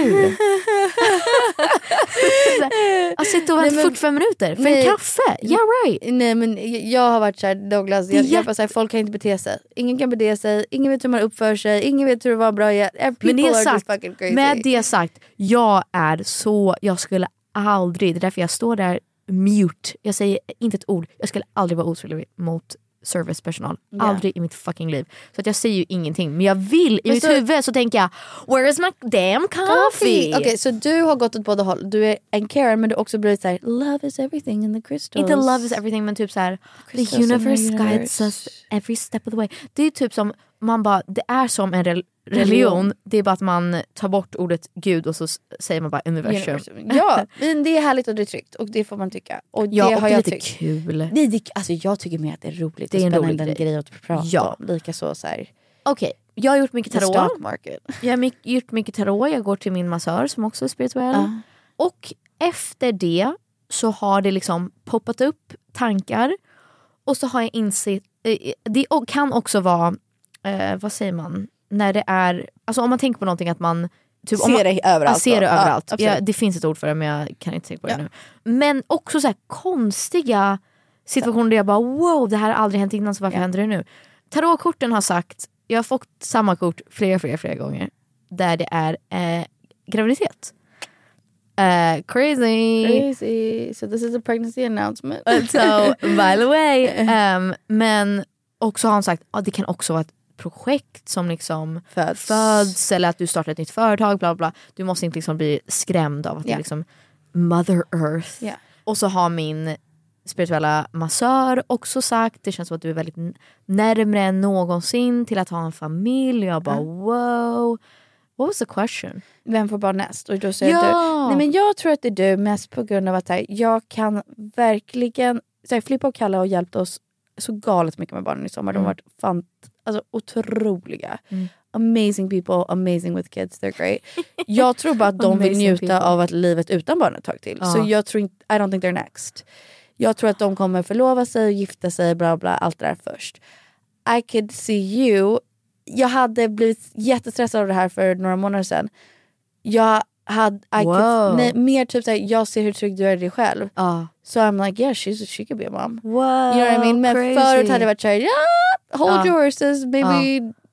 Jag sitter och väntar 45 minuter för en kaffe. Yeah right. Nej, men jag har varit såhär, Douglas, jag bara såhär, folk kan inte bete sig. Ingen kan bete sig. Ingen vet hur man uppför sig. Ingen vet hur det var bra. Men det är sagt, fucking crazy. Med det sagt, jag skulle aldrig, det är därför jag står där mute. Jag säger inte ett ord. Jag skulle aldrig vara otrevlig mot servicepersonal. Aldrig i mitt fucking liv. Så att jag säger ju ingenting. Men jag vill, i mitt huvud så tänker jag, where is my damn coffee? Okej, så du har gått åt båda håll. Du är en Karen, men du har också blivit såhär, love is everything in the crystals. Inte love is everything, men typ såhär, the universe guides us every step of the way. Det är typ som, man bara, det är som en religion. Det är bara att man tar bort ordet Gud och så säger man bara universum. Ja, men det är härligt och det är tryggt. Och det får man tycka. Och det har och jag lite tyckt. Kul. Alltså jag tycker mer att det är roligt. Det är en spännande rolig grej att prata om. Lika så här. Okej, jag har gjort mycket tarot. Stock market. Jag har gjort mycket tarot. Jag går till min massör som också är spirituell. Och efter det så har det liksom poppat upp tankar. Och så har jag insett, det kan också vara, vad säger man? När det är, alltså om man tänker på någonting att man typ, ser det överallt. Ser det överallt. Det finns ett ord för det, men jag kan inte tänka på det nu. Men också så här konstiga situationer där jag bara, wow, det här har aldrig hänt innan, så varför händer det nu? Tarotkorten har sagt, jag har fått samma kort flera gånger där det är graviditet. Crazy. So this is a pregnancy announcement. So by the way, men också har han sagt att det kan också vara ett projekt som liksom föds eller att du startar ett nytt företag, bla bla. Du måste inte liksom bli skrämd av att det är liksom Mother Earth. Och så har min spirituella massör också sagt, det känns som att du är väldigt närmare än någonsin till att ha en familj. Jag bara wow. What was the question? Vem får barn näst? Och då säger du, nej men jag tror att det är du, mest på grund av att här, jag kan verkligen så här, Filippa och Kalle har hjälpt oss så galet mycket med barnen i sommar. De har varit otroliga. Amazing people, amazing with kids, they're great. Jag tror bara att de vill njuta av att livet utan barn ett tag till. Så jag tror inte, I don't think they're next. Jag tror att de kommer förlova sig och gifta sig, bla bla, allt det där först. I could see you. Jag hade blivit jättestressad av det här för några månader sedan. Jag hade mer typ såhär, jag ser hur trygg du är i dig själv. So I'm like, yeah, she could be a mom. Wow, you know what I mean? Men förut hade jag varit såhär, hold your horses, maybe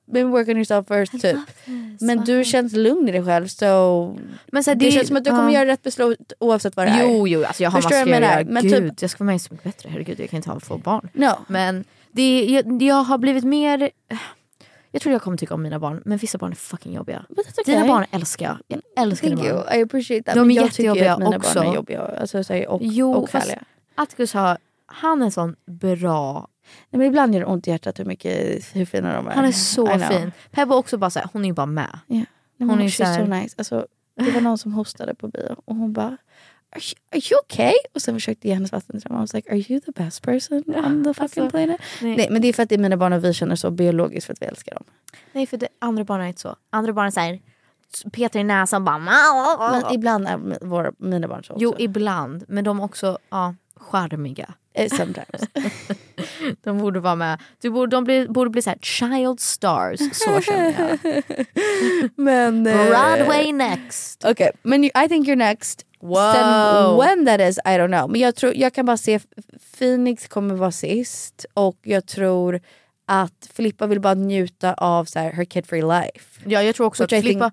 Maybe work on yourself first typ. Men du känns lugn i dig själv så men så det känns som att du kommer göra rätt beslut oavsett vad det är. Jo, alltså jag har massor att göra. Men gud, typ, jag ska vara med så mycket bättre. Herregud, jag kan inte få barn. No. Men jag har blivit mer... Jag tror jag kommer tycka om mina barn, men vissa barn är fucking jobbiga. Okay. Dina barn älskar jag. Jag älskar Thank dina you. barn. I appreciate that. De är jag jättejobbiga att mina också. Barn är jobbiga. Alltså, och härliga. Atticus han är en sån bra... Nej, men ibland gör det ont i hjärtat hur fina de är. Han är så fin. Pebbo också bara såhär, hon är ju bara med. Yeah. Hon är så nice. Alltså, det var någon som hostade på bio och hon bara Are you okay? Och sen försökte ge hennes vattentramma. I was like, are you the best person on the fucking planet? Nej, men det är för att det är mina barn och vi känner så biologiskt för att vi älskar dem. Nej, för andra barn är inte så. Andra barn är såhär, petar i näsan bara... Men ibland är mina barn så också. Jo, ibland. Men de är också charmiga. Sometimes. De borde vara med. De borde bli så här child stars. Så känner jag. Men Broadway next. Okay, men I think you're next. Wow. Sen when that is, I don't know. Men jag kan bara se Phoenix kommer vara sist. Och jag tror att Filippa vill bara njuta av så här, her kid-free life. Ja, jag tror också att Filippa...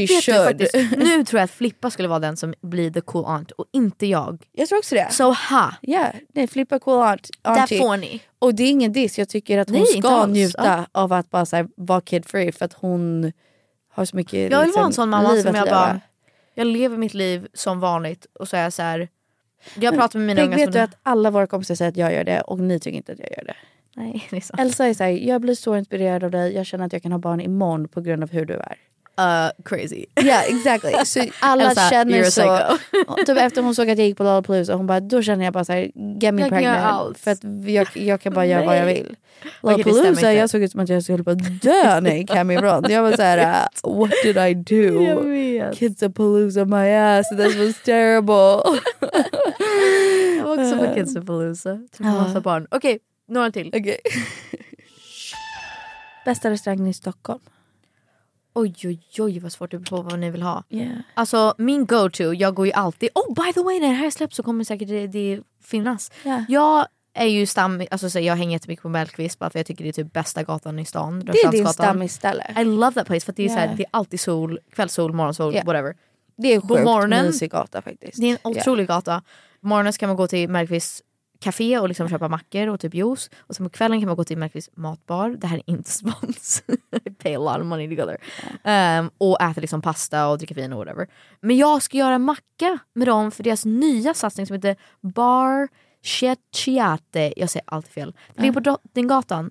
Nu tror jag att Filippa skulle vara den som blir the cool aunt och inte jag. Jag tror också det. So yeah, nej, Filippa cool aunt. Där får ni. Och det är ingen diss. Jag tycker att hon ska njuta av att bara så här, vara kid-free. För att hon har så mycket... Jag vill vara en sån mamma som jag bara... Jag lever mitt liv som vanligt och så är jag så här... Jag pratar med mina unga vet du att alla våra kompisar säger att jag gör det och ni tycker inte att jag gör det. Nej, det är sant. Elsa är så här, jag blir så inspirerad av dig. Jag känner att jag kan ha barn imorgon på grund av hur du är. Crazy. Yeah, exactly. Så alla Elsa, känner så. Typ efter hon såg att jag gick på Lollapalooza, hon bara, då känner jag bara så här, get me pregnant. För att jag kan bara göra vad jag vill. Lollapalooza, jag såg ut som att jag skulle bara dö när jag gick hemifrån. Jag var så här, what did I do? Kids of Palooza my ass. This was terrible. Jag var också på Kids of Palooza. Typ massa barn. Okej, några till. Okay. Bästa restaurangen i Stockholm? Oj, vad svårt det är på vad ni vill ha. Yeah. Alltså, min go-to, jag går ju alltid... by the way, när det här släpps så kommer säkert det finnas. Yeah. Jag är ju alltså jag hänger jättemycket på Mellqvist bara för jag tycker det är typ bästa gatan i stan. Det är din stammisställe. I love that place för att det är, så här, det är alltid sol, kvällssol, morgonsol, whatever. Det är sjukt mysig gata faktiskt. Det är en otrolig gata. Morgonen kan man gå till Mellqvist café och liksom köpa mackor och typ juice. Och sen på kvällen kan man gå till Mellqvist matbar. Det här är inte spons. Pay a lot of money together. Och äta liksom pasta och dricka vin och whatever. Men jag ska göra macka med dem för deras nya satsning som heter Bar Cecchiate. Jag säger alltid fel. Det ligger på Drottninggatan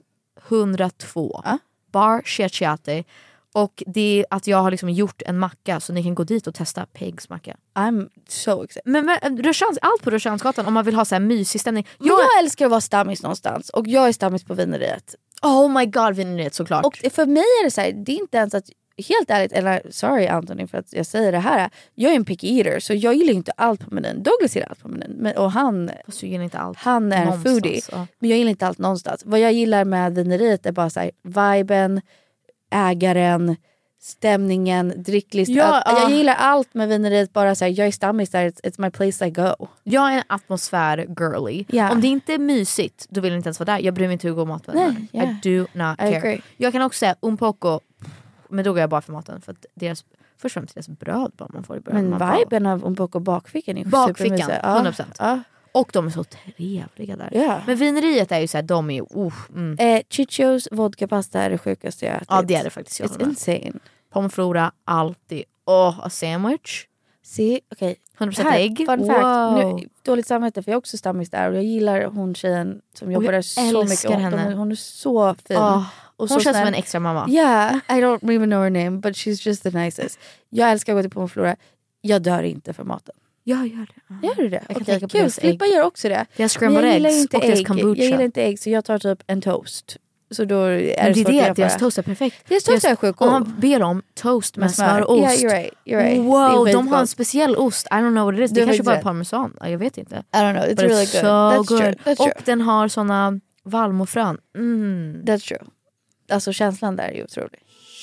102. Bar Cecchiate. Och det är att jag har liksom gjort en macka så ni kan gå dit och testa Pegs macka. I'm so excited. Men allt på Rörstrandsgatan om man vill ha så här mysig stämning. Jag älskar att vara stammis någonstans och jag är stammis på Vineriet. Oh my god, Vineriet såklart. Och för mig är det så här, det är inte ens att helt ärligt, eller sorry Anthony för att jag säger det här. Jag är en picky eater så jag gillar inte allt på menyn. Douglas gillar allt på menyn. Och han inte allt han är en foodie. Men jag gillar inte allt någonstans. Vad jag gillar med Vineriet är bara så här, viben, ägaren, stämningen, dricklist. Jag gillar allt med Vineriet. Bara så här, jag är stammis där, it's my place I go. Jag är en atmosfär girly. Om det inte är mysigt, då vill jag inte ens vara där. Jag bryr mig inte hur god maten är. I do not care. Agree. Jag kan också säga un poco, men då går jag bara för maten. För att först och främst deras bröd bara man får i början. Men viben av un poco bakfickan är bakfickan, supermysig. 100%. Och de är så trevliga där. Men Vineriet är ju såhär, de är ju Chichos vodkapasta är det sjukaste jag ätit. Ja, det är det faktiskt. It's insane. Pommes frites, alltid. A sandwich. Okej. 100% ägg. Fun fact. Nu, dåligt samvete för jag är också stammis där. Och jag gillar hon tjejen som jobbar där så mycket. Henne. Hon är så fin. Och hon känns som en extra mamma. Yeah, I don't even know her name. But she's just the nicest. Jag älskar att gå till Pommes frites. Jag dör inte för maten. Jag gör det. Gör du det? Okej, kul. Filippa gör också det. Jag scrambled eggs och deras kombucha. Jag gillar inte ägg så jag tar typ en toast. Så då är det deras toast är perfekt. Deras toast är sjukt god. Om man ber om toast med smör och ost. Yeah, you're right. Wow, de har en speciell ost. I don't know what it is. Det kanske bara är parmesan. Jag vet inte. I don't know. It's really good. That's good. That's true. Och den har såna vallmofrön. That's true. Alltså känslan där är ju otrolig.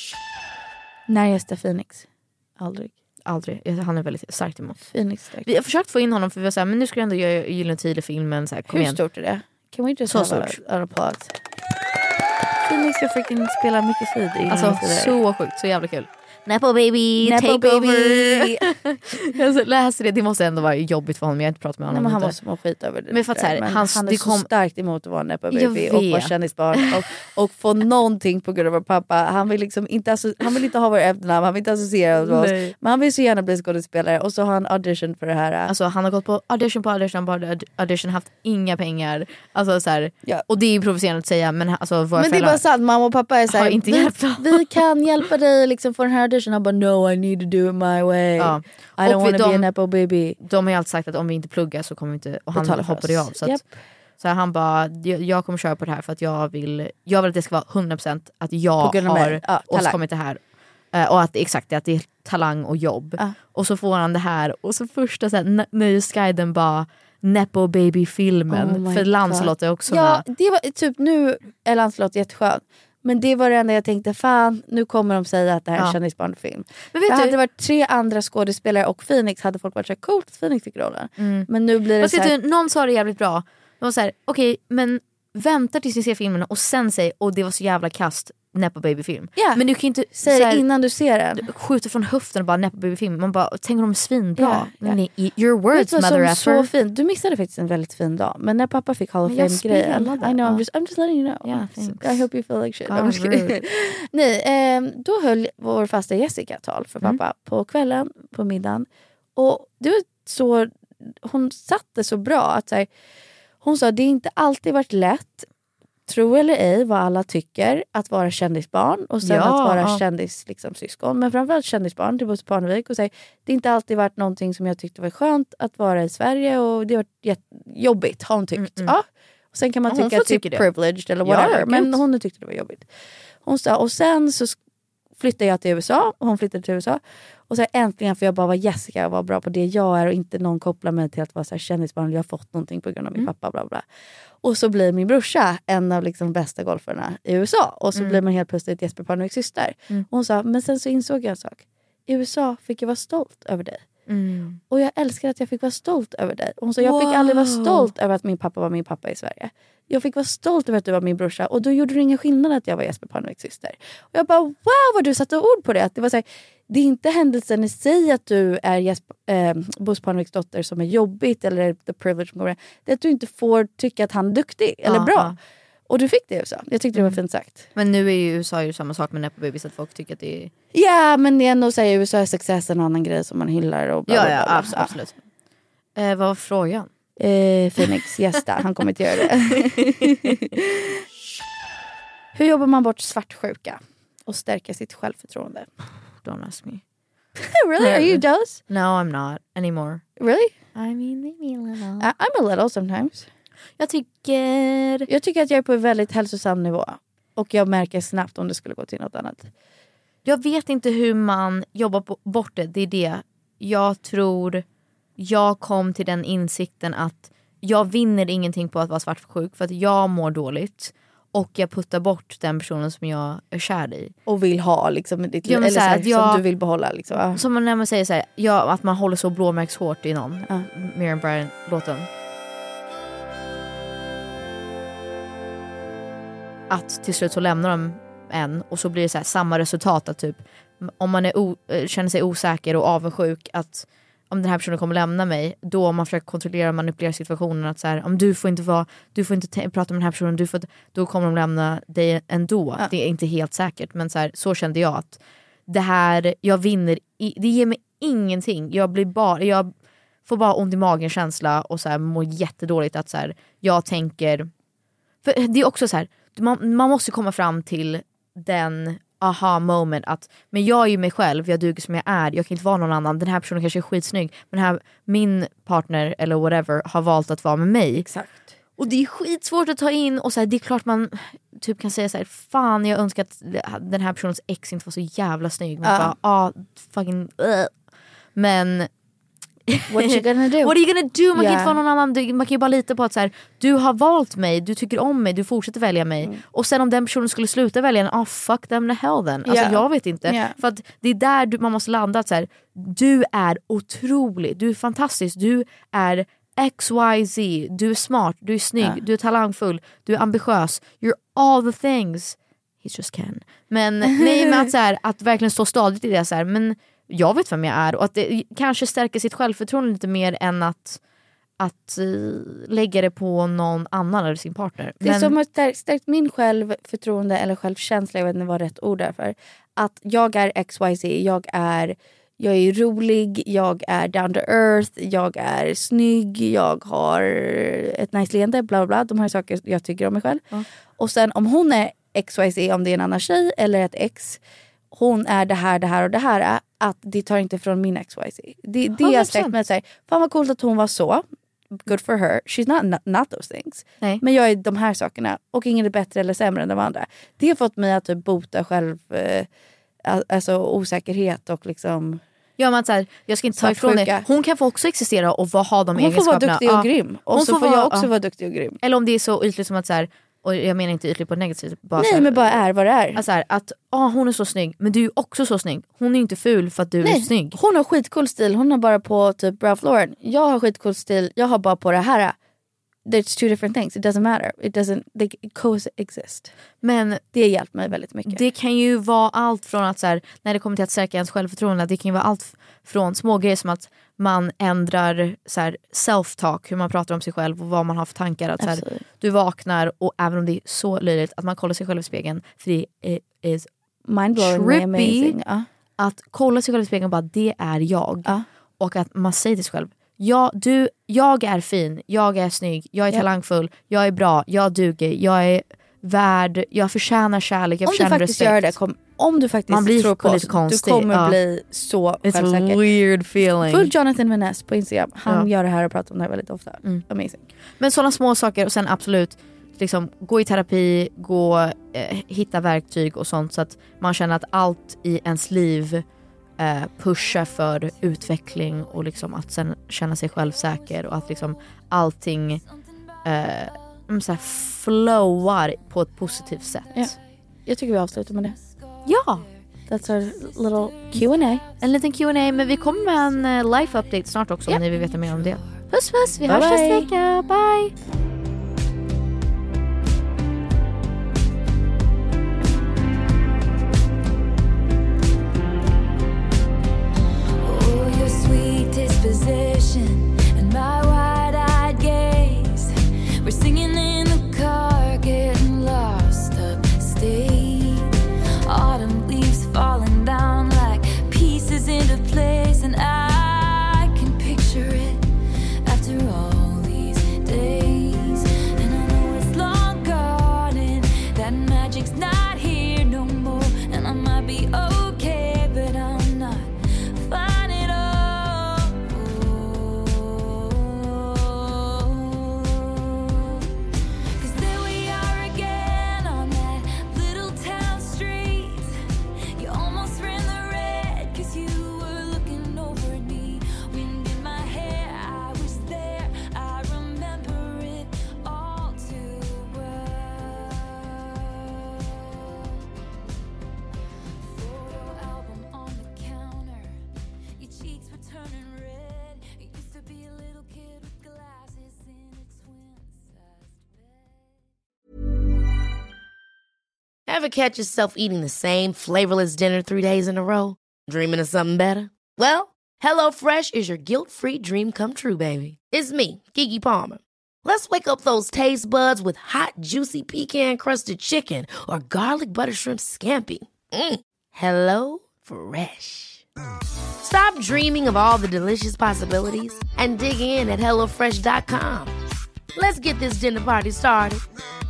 När gästar Phoenix? Aldrig. Han är väldigt starkt emot. Phoenix. Vi har försökt få in honom för vi var såhär, men nu ska jag ändå göra Gyllene Tider-filmen. Hur stort är det? Can we just så have an applause? Phoenix ska freaking spela mycket tid. Alltså så sjukt, så jävla kul. Nepo baby, take over. Jag läser det måste ändå vara jobbigt för honom. Jag har inte pratat med honom. Nej, men han måste må skit över det. Men för att, här, han är så starkt emot att vara Nepo baby och vara kändisbarn och få någonting på grund av vår pappa. Han vill liksom inte, han vill inte ha vår efternamn, han vill inte associera med oss. Men han vill så gärna bli skådespelare och så har han audition för det här. Alltså han har gått på audition, haft inga pengar. Alltså så här, och det är ju provocerande att säga, men alltså men det är bara sant, mamma och pappa är så här, inte vi kan hjälpa dig liksom få den här audition. Han bara, no, I need to do it my way. I don't want to be a Nepo baby. De har ju alltid sagt att om vi inte pluggar så kommer vi inte, och han hoppade av. Så, så han bara, jag kommer köra på det här för att jag vill att det ska vara 100% att jag har åstadkommit det här. Och att exakt att det är talang och jobb. Och så får han det här. Och så första nöjesguiden bara Nepo baby-filmen. För Lancelot är också med. Det var typ, nu är Lancelot jätteskönt. Men det var det enda jag tänkte, fan, nu kommer de säga att det här är en kändisbarnfilm. Men vet du, hade det varit 3 andra skådespelare och Phoenix hade folk varit så coolt att Phoenix fick rollen. Men nu blir det så här... Någon sa det jävligt bra. De var så här, okej, men vänta tills ni ser filmen och sen säg, och det var så jävla kast Nepo baby-film. Men du kan inte säga innan du ser den. Skjuter från höften och bara Nepo baby-film. Man bara, tänker de svinbra. Your words, mother effer. Så fint. Du missade faktiskt en väldigt fin dag. Men när pappa fick Hall of Fame-grejen. I know, I'm just letting you know. I hope you feel like shit. Nej, då höll vår fasta Jessica tal för pappa på kvällen, på middagen. Och det var så, hon satte så bra att så här, hon sa, det är inte alltid varit lätt, tro eller ej vad alla tycker, att vara kändisbarn och sen att vara kändis liksom, syskon, men framförallt kändisbarn till Bosse Parnevik, och säga, det är inte alltid varit någonting som jag tyckte var skönt att vara i Sverige, och det har varit jobbigt, har hon tyckt. Och sen kan man tycka att det är privileged eller whatever, men hon tyckte det var jobbigt. Hon sa, och sen så flyttade jag till USA och hon flyttade till USA. Och så äntligen får jag bara vara Jessica och vara bra på det jag är och inte någon koppla mig till att vara så här kändisbarn. Jag har fått någonting på grund av min pappa, bla bla. Och så blir min brorsa en av liksom bästa golfarna i USA. Och så blir man helt plötsligt Jesper Parneviks syster. Och hon sa, men sen så insåg jag en sak. I USA fick jag vara stolt över dig. Och jag älskar att jag fick vara stolt över dig. Och hon sa, jag fick aldrig vara stolt över att min pappa var min pappa i Sverige. Jag fick vara stolt över att du var min brorsa. Och då gjorde det ingen skillnad att jag var Jesper Parneviks syster. Och jag bara, wow vad du satte ord på det. Att det var så här, det är inte händelsen i sig att du är Bosse Parneviks dotter som är jobbigt. Eller the privilege. Det är att du inte får tycka att han är duktig eller bra. Och du fick det i USA. Jag tyckte det var fint sagt. Men nu är ju USA ju samma sak med Nepo Babies, att folk tycker att det är... Ja, men det är ändå säga USA är success en annan grej som man hyllar. Och bla, bla, bla, bla. Absolut. Vad var frågan? Phoenix gästa, han kommer inte göra det. Hur jobbar man bort svartsjuka och stärka sitt självförtroende? Don't ask me. Really? Are you jealous? No, I'm not anymore. Really? I mean, maybe a little. I'm a little sometimes. Jag tycker att jag är på en väldigt hälsosam nivå. Och jag märker snabbt om det skulle gå till något annat. Jag vet inte hur man jobbar bort det. Det är det. Jag tror jag kom till den insikten att jag vinner ingenting på att vara svartsjuk. För att jag mår dåligt. Och jag puttar bort den personen som jag är kär i. Och vill ha liksom ditt liv. Eller så här, som du vill behålla liksom. Som när man säger så här, att man håller så blåmärkshårt i någon. Miriam Bryant-låten. Att till slut så lämnar de en. Och så blir det så här, samma resultat. Att typ, om man känner sig osäker och avundsjuk. Att om den här personen kommer lämna mig. Då om man försöker kontrollera och manipulera situationen. Att så här, om du får inte prata med den här personen. Då kommer de lämna dig ändå. Det är inte helt säkert. Men så kände jag att det här, jag vinner. Det ger mig ingenting. Jag får bara ont i magen känsla. Och så här, mår jättedåligt att så här, jag tänker. För det är också så här. Man måste komma fram till den aha moment att men jag är ju mig själv, jag duger som jag är, jag kan inte vara någon annan, den här personen kanske är skitsnygg, men min partner eller whatever har valt att vara med mig. Exakt. Och det är skitsvårt att ta in och så här, det är klart man typ kan säga så här, fan jag önskar att den här personens ex inte var så jävla snygg, men men what are you gonna do? Man kan inte vara någon annan. Man kan ju bara lita på att så här, du har valt mig, du tycker om mig, du fortsätter välja mig. Och sen om den personen skulle sluta välja en, fuck them the hell then. Alltså jag vet inte. För att det är där man måste landa att så här, du är otrolig, du är fantastisk, du är XYZ, du är smart, du är snygg, du är talangfull, du är ambitiös, you're all the things. He's just Ken. Men nej, men att, så här, att verkligen stå stadigt i det så här, men jag vet vem jag är och att det kanske stärker sitt självförtroende lite mer än att lägga det på någon annan eller sin partner. Det är som att stärkt min självförtroende eller självkänsla, jag vet inte vad rätt ord är för. Att jag är XYZ, jag är rolig, jag är down to earth, jag är snygg, jag har ett nice leende, bla bla, de här saker jag tycker om mig själv. Och sen om hon är XYZ, om det är en annan tjej eller ett ex, hon är det här och det här, att det tar inte från min XYZ. Det är stärkt med att säga, fan vad coolt att hon var så. Good for her. She's not those things. Nej. Men jag är de här sakerna. Och ingen är bättre eller sämre än de andra. Det har fått mig att typ bota själv alltså osäkerhet och liksom. Ja, men så här, jag ska inte ta ifrån det. Hon kan få också existera och ha de egenskaperna. Hon får vara duktig och grym. Och så får jag också vara duktig och grym. Eller om det är så ytligt som att så här, och jag menar inte ytligt på negativt. Bara nej, så här, men bara är vad det är. Alltså här, att hon är så snygg, men du är också så snygg. Hon är inte ful för att du är snygg. Hon har skitcool stil. Hon har bara på typ Ralph Lauren. Jag har skitcool stil. Jag har bara på det här. There's two different things. It doesn't matter. They coexist. Men det har hjälpt mig väldigt mycket. Det kan ju vara allt från att så här, när det kommer till att stärka ens självförtroende, det kan ju vara allt från små grejer som att man ändrar så här, self-talk, hur man pratar om sig själv och vad man har för tankar. Att, så här, du vaknar och även om det är så löjligt att man kollar sig själv i spegeln, för det är mind-blowing, amazing. Att kolla sig själv i spegeln och bara, det är jag. Och att man säger till sig själv, jag är fin, jag är snygg, jag är talangfull, jag är bra, jag duger, jag är värd, jag förtjänar kärlek, jag förtjänar respekt. Gör det, om du faktiskt man blir tror på lite konstig. Du kommer bli så självsäker. It's a weird feeling. Full Jonathan Vaness på Instagram. Han gör det här och pratar om det här väldigt ofta. Amazing. Men sådana små saker och sen absolut liksom, gå i terapi, hitta verktyg och sånt så att man känner att allt i ens liv pusha för utveckling och liksom att sen känna sig självsäker och att liksom allting så här flowar på ett positivt sätt. Ja. Jag tycker vi avslutar med det. Ja. That's our little Q&A. En liten Q&A, men vi kommer med en life update snart också om ni vill veta mer om det. Puss puss, vi hörs nästa vecka. Bye! Disposition and my wide-eyed gaze. We're singing in the car, getting lost upstate. Autumn leaves falling down like pieces into place, and I can picture it after all these days. And I know it's long gone and that magic's not here no more. And I might be okay, but I'm not fine at all. Ever catch yourself eating the same flavorless dinner 3 days in a row? Dreaming of something better? Well, HelloFresh is your guilt-free dream come true, baby. It's me, Keke Palmer. Let's wake up those taste buds with hot, juicy pecan-crusted chicken or garlic butter shrimp scampi. Hello Fresh. Stop dreaming of all the delicious possibilities and dig in at HelloFresh.com. Let's get this dinner party started.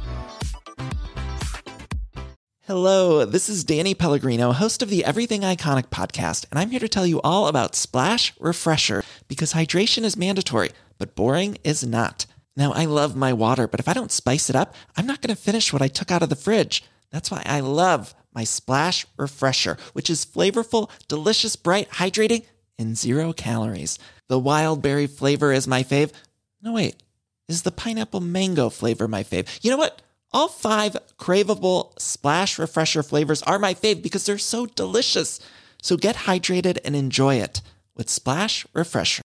Hello, this is Danny Pellegrino, host of the Everything Iconic podcast, and I'm here to tell you all about Splash Refresher, because hydration is mandatory, but boring is not. Now, I love my water, but if I don't spice it up, I'm not going to finish what I took out of the fridge. That's why I love my Splash Refresher, which is flavorful, delicious, bright, hydrating, and 0 calories. The wild berry flavor is my fave. No, wait, is the pineapple mango flavor my fave? You know what? All 5 craveable Splash Refresher flavors are my fave because they're so delicious. So get hydrated and enjoy it with Splash Refresher.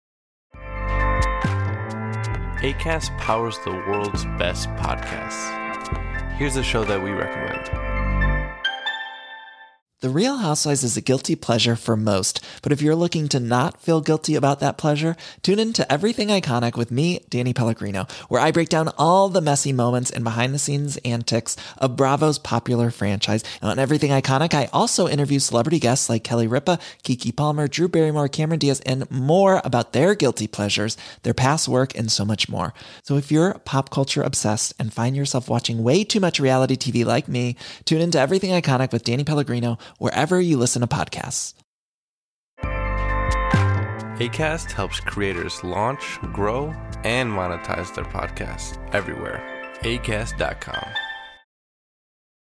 Acast powers the world's best podcasts. Here's a show that we recommend. The Real Housewives is a guilty pleasure for most, but if you're looking to not feel guilty about that pleasure, tune in to Everything Iconic with me, Danny Pellegrino, where I break down all the messy moments and behind-the-scenes antics of Bravo's popular franchise. And on Everything Iconic, I also interview celebrity guests like Kelly Ripa, Keke Palmer, Drew Barrymore, Cameron Diaz, and more about their guilty pleasures, their past work, and so much more. So if you're pop culture obsessed and find yourself watching way too much reality TV like me, tune into Everything Iconic with Danny Pellegrino wherever you listen to podcasts. Acast helps creators launch, grow, and monetize their podcasts everywhere. Acast.com.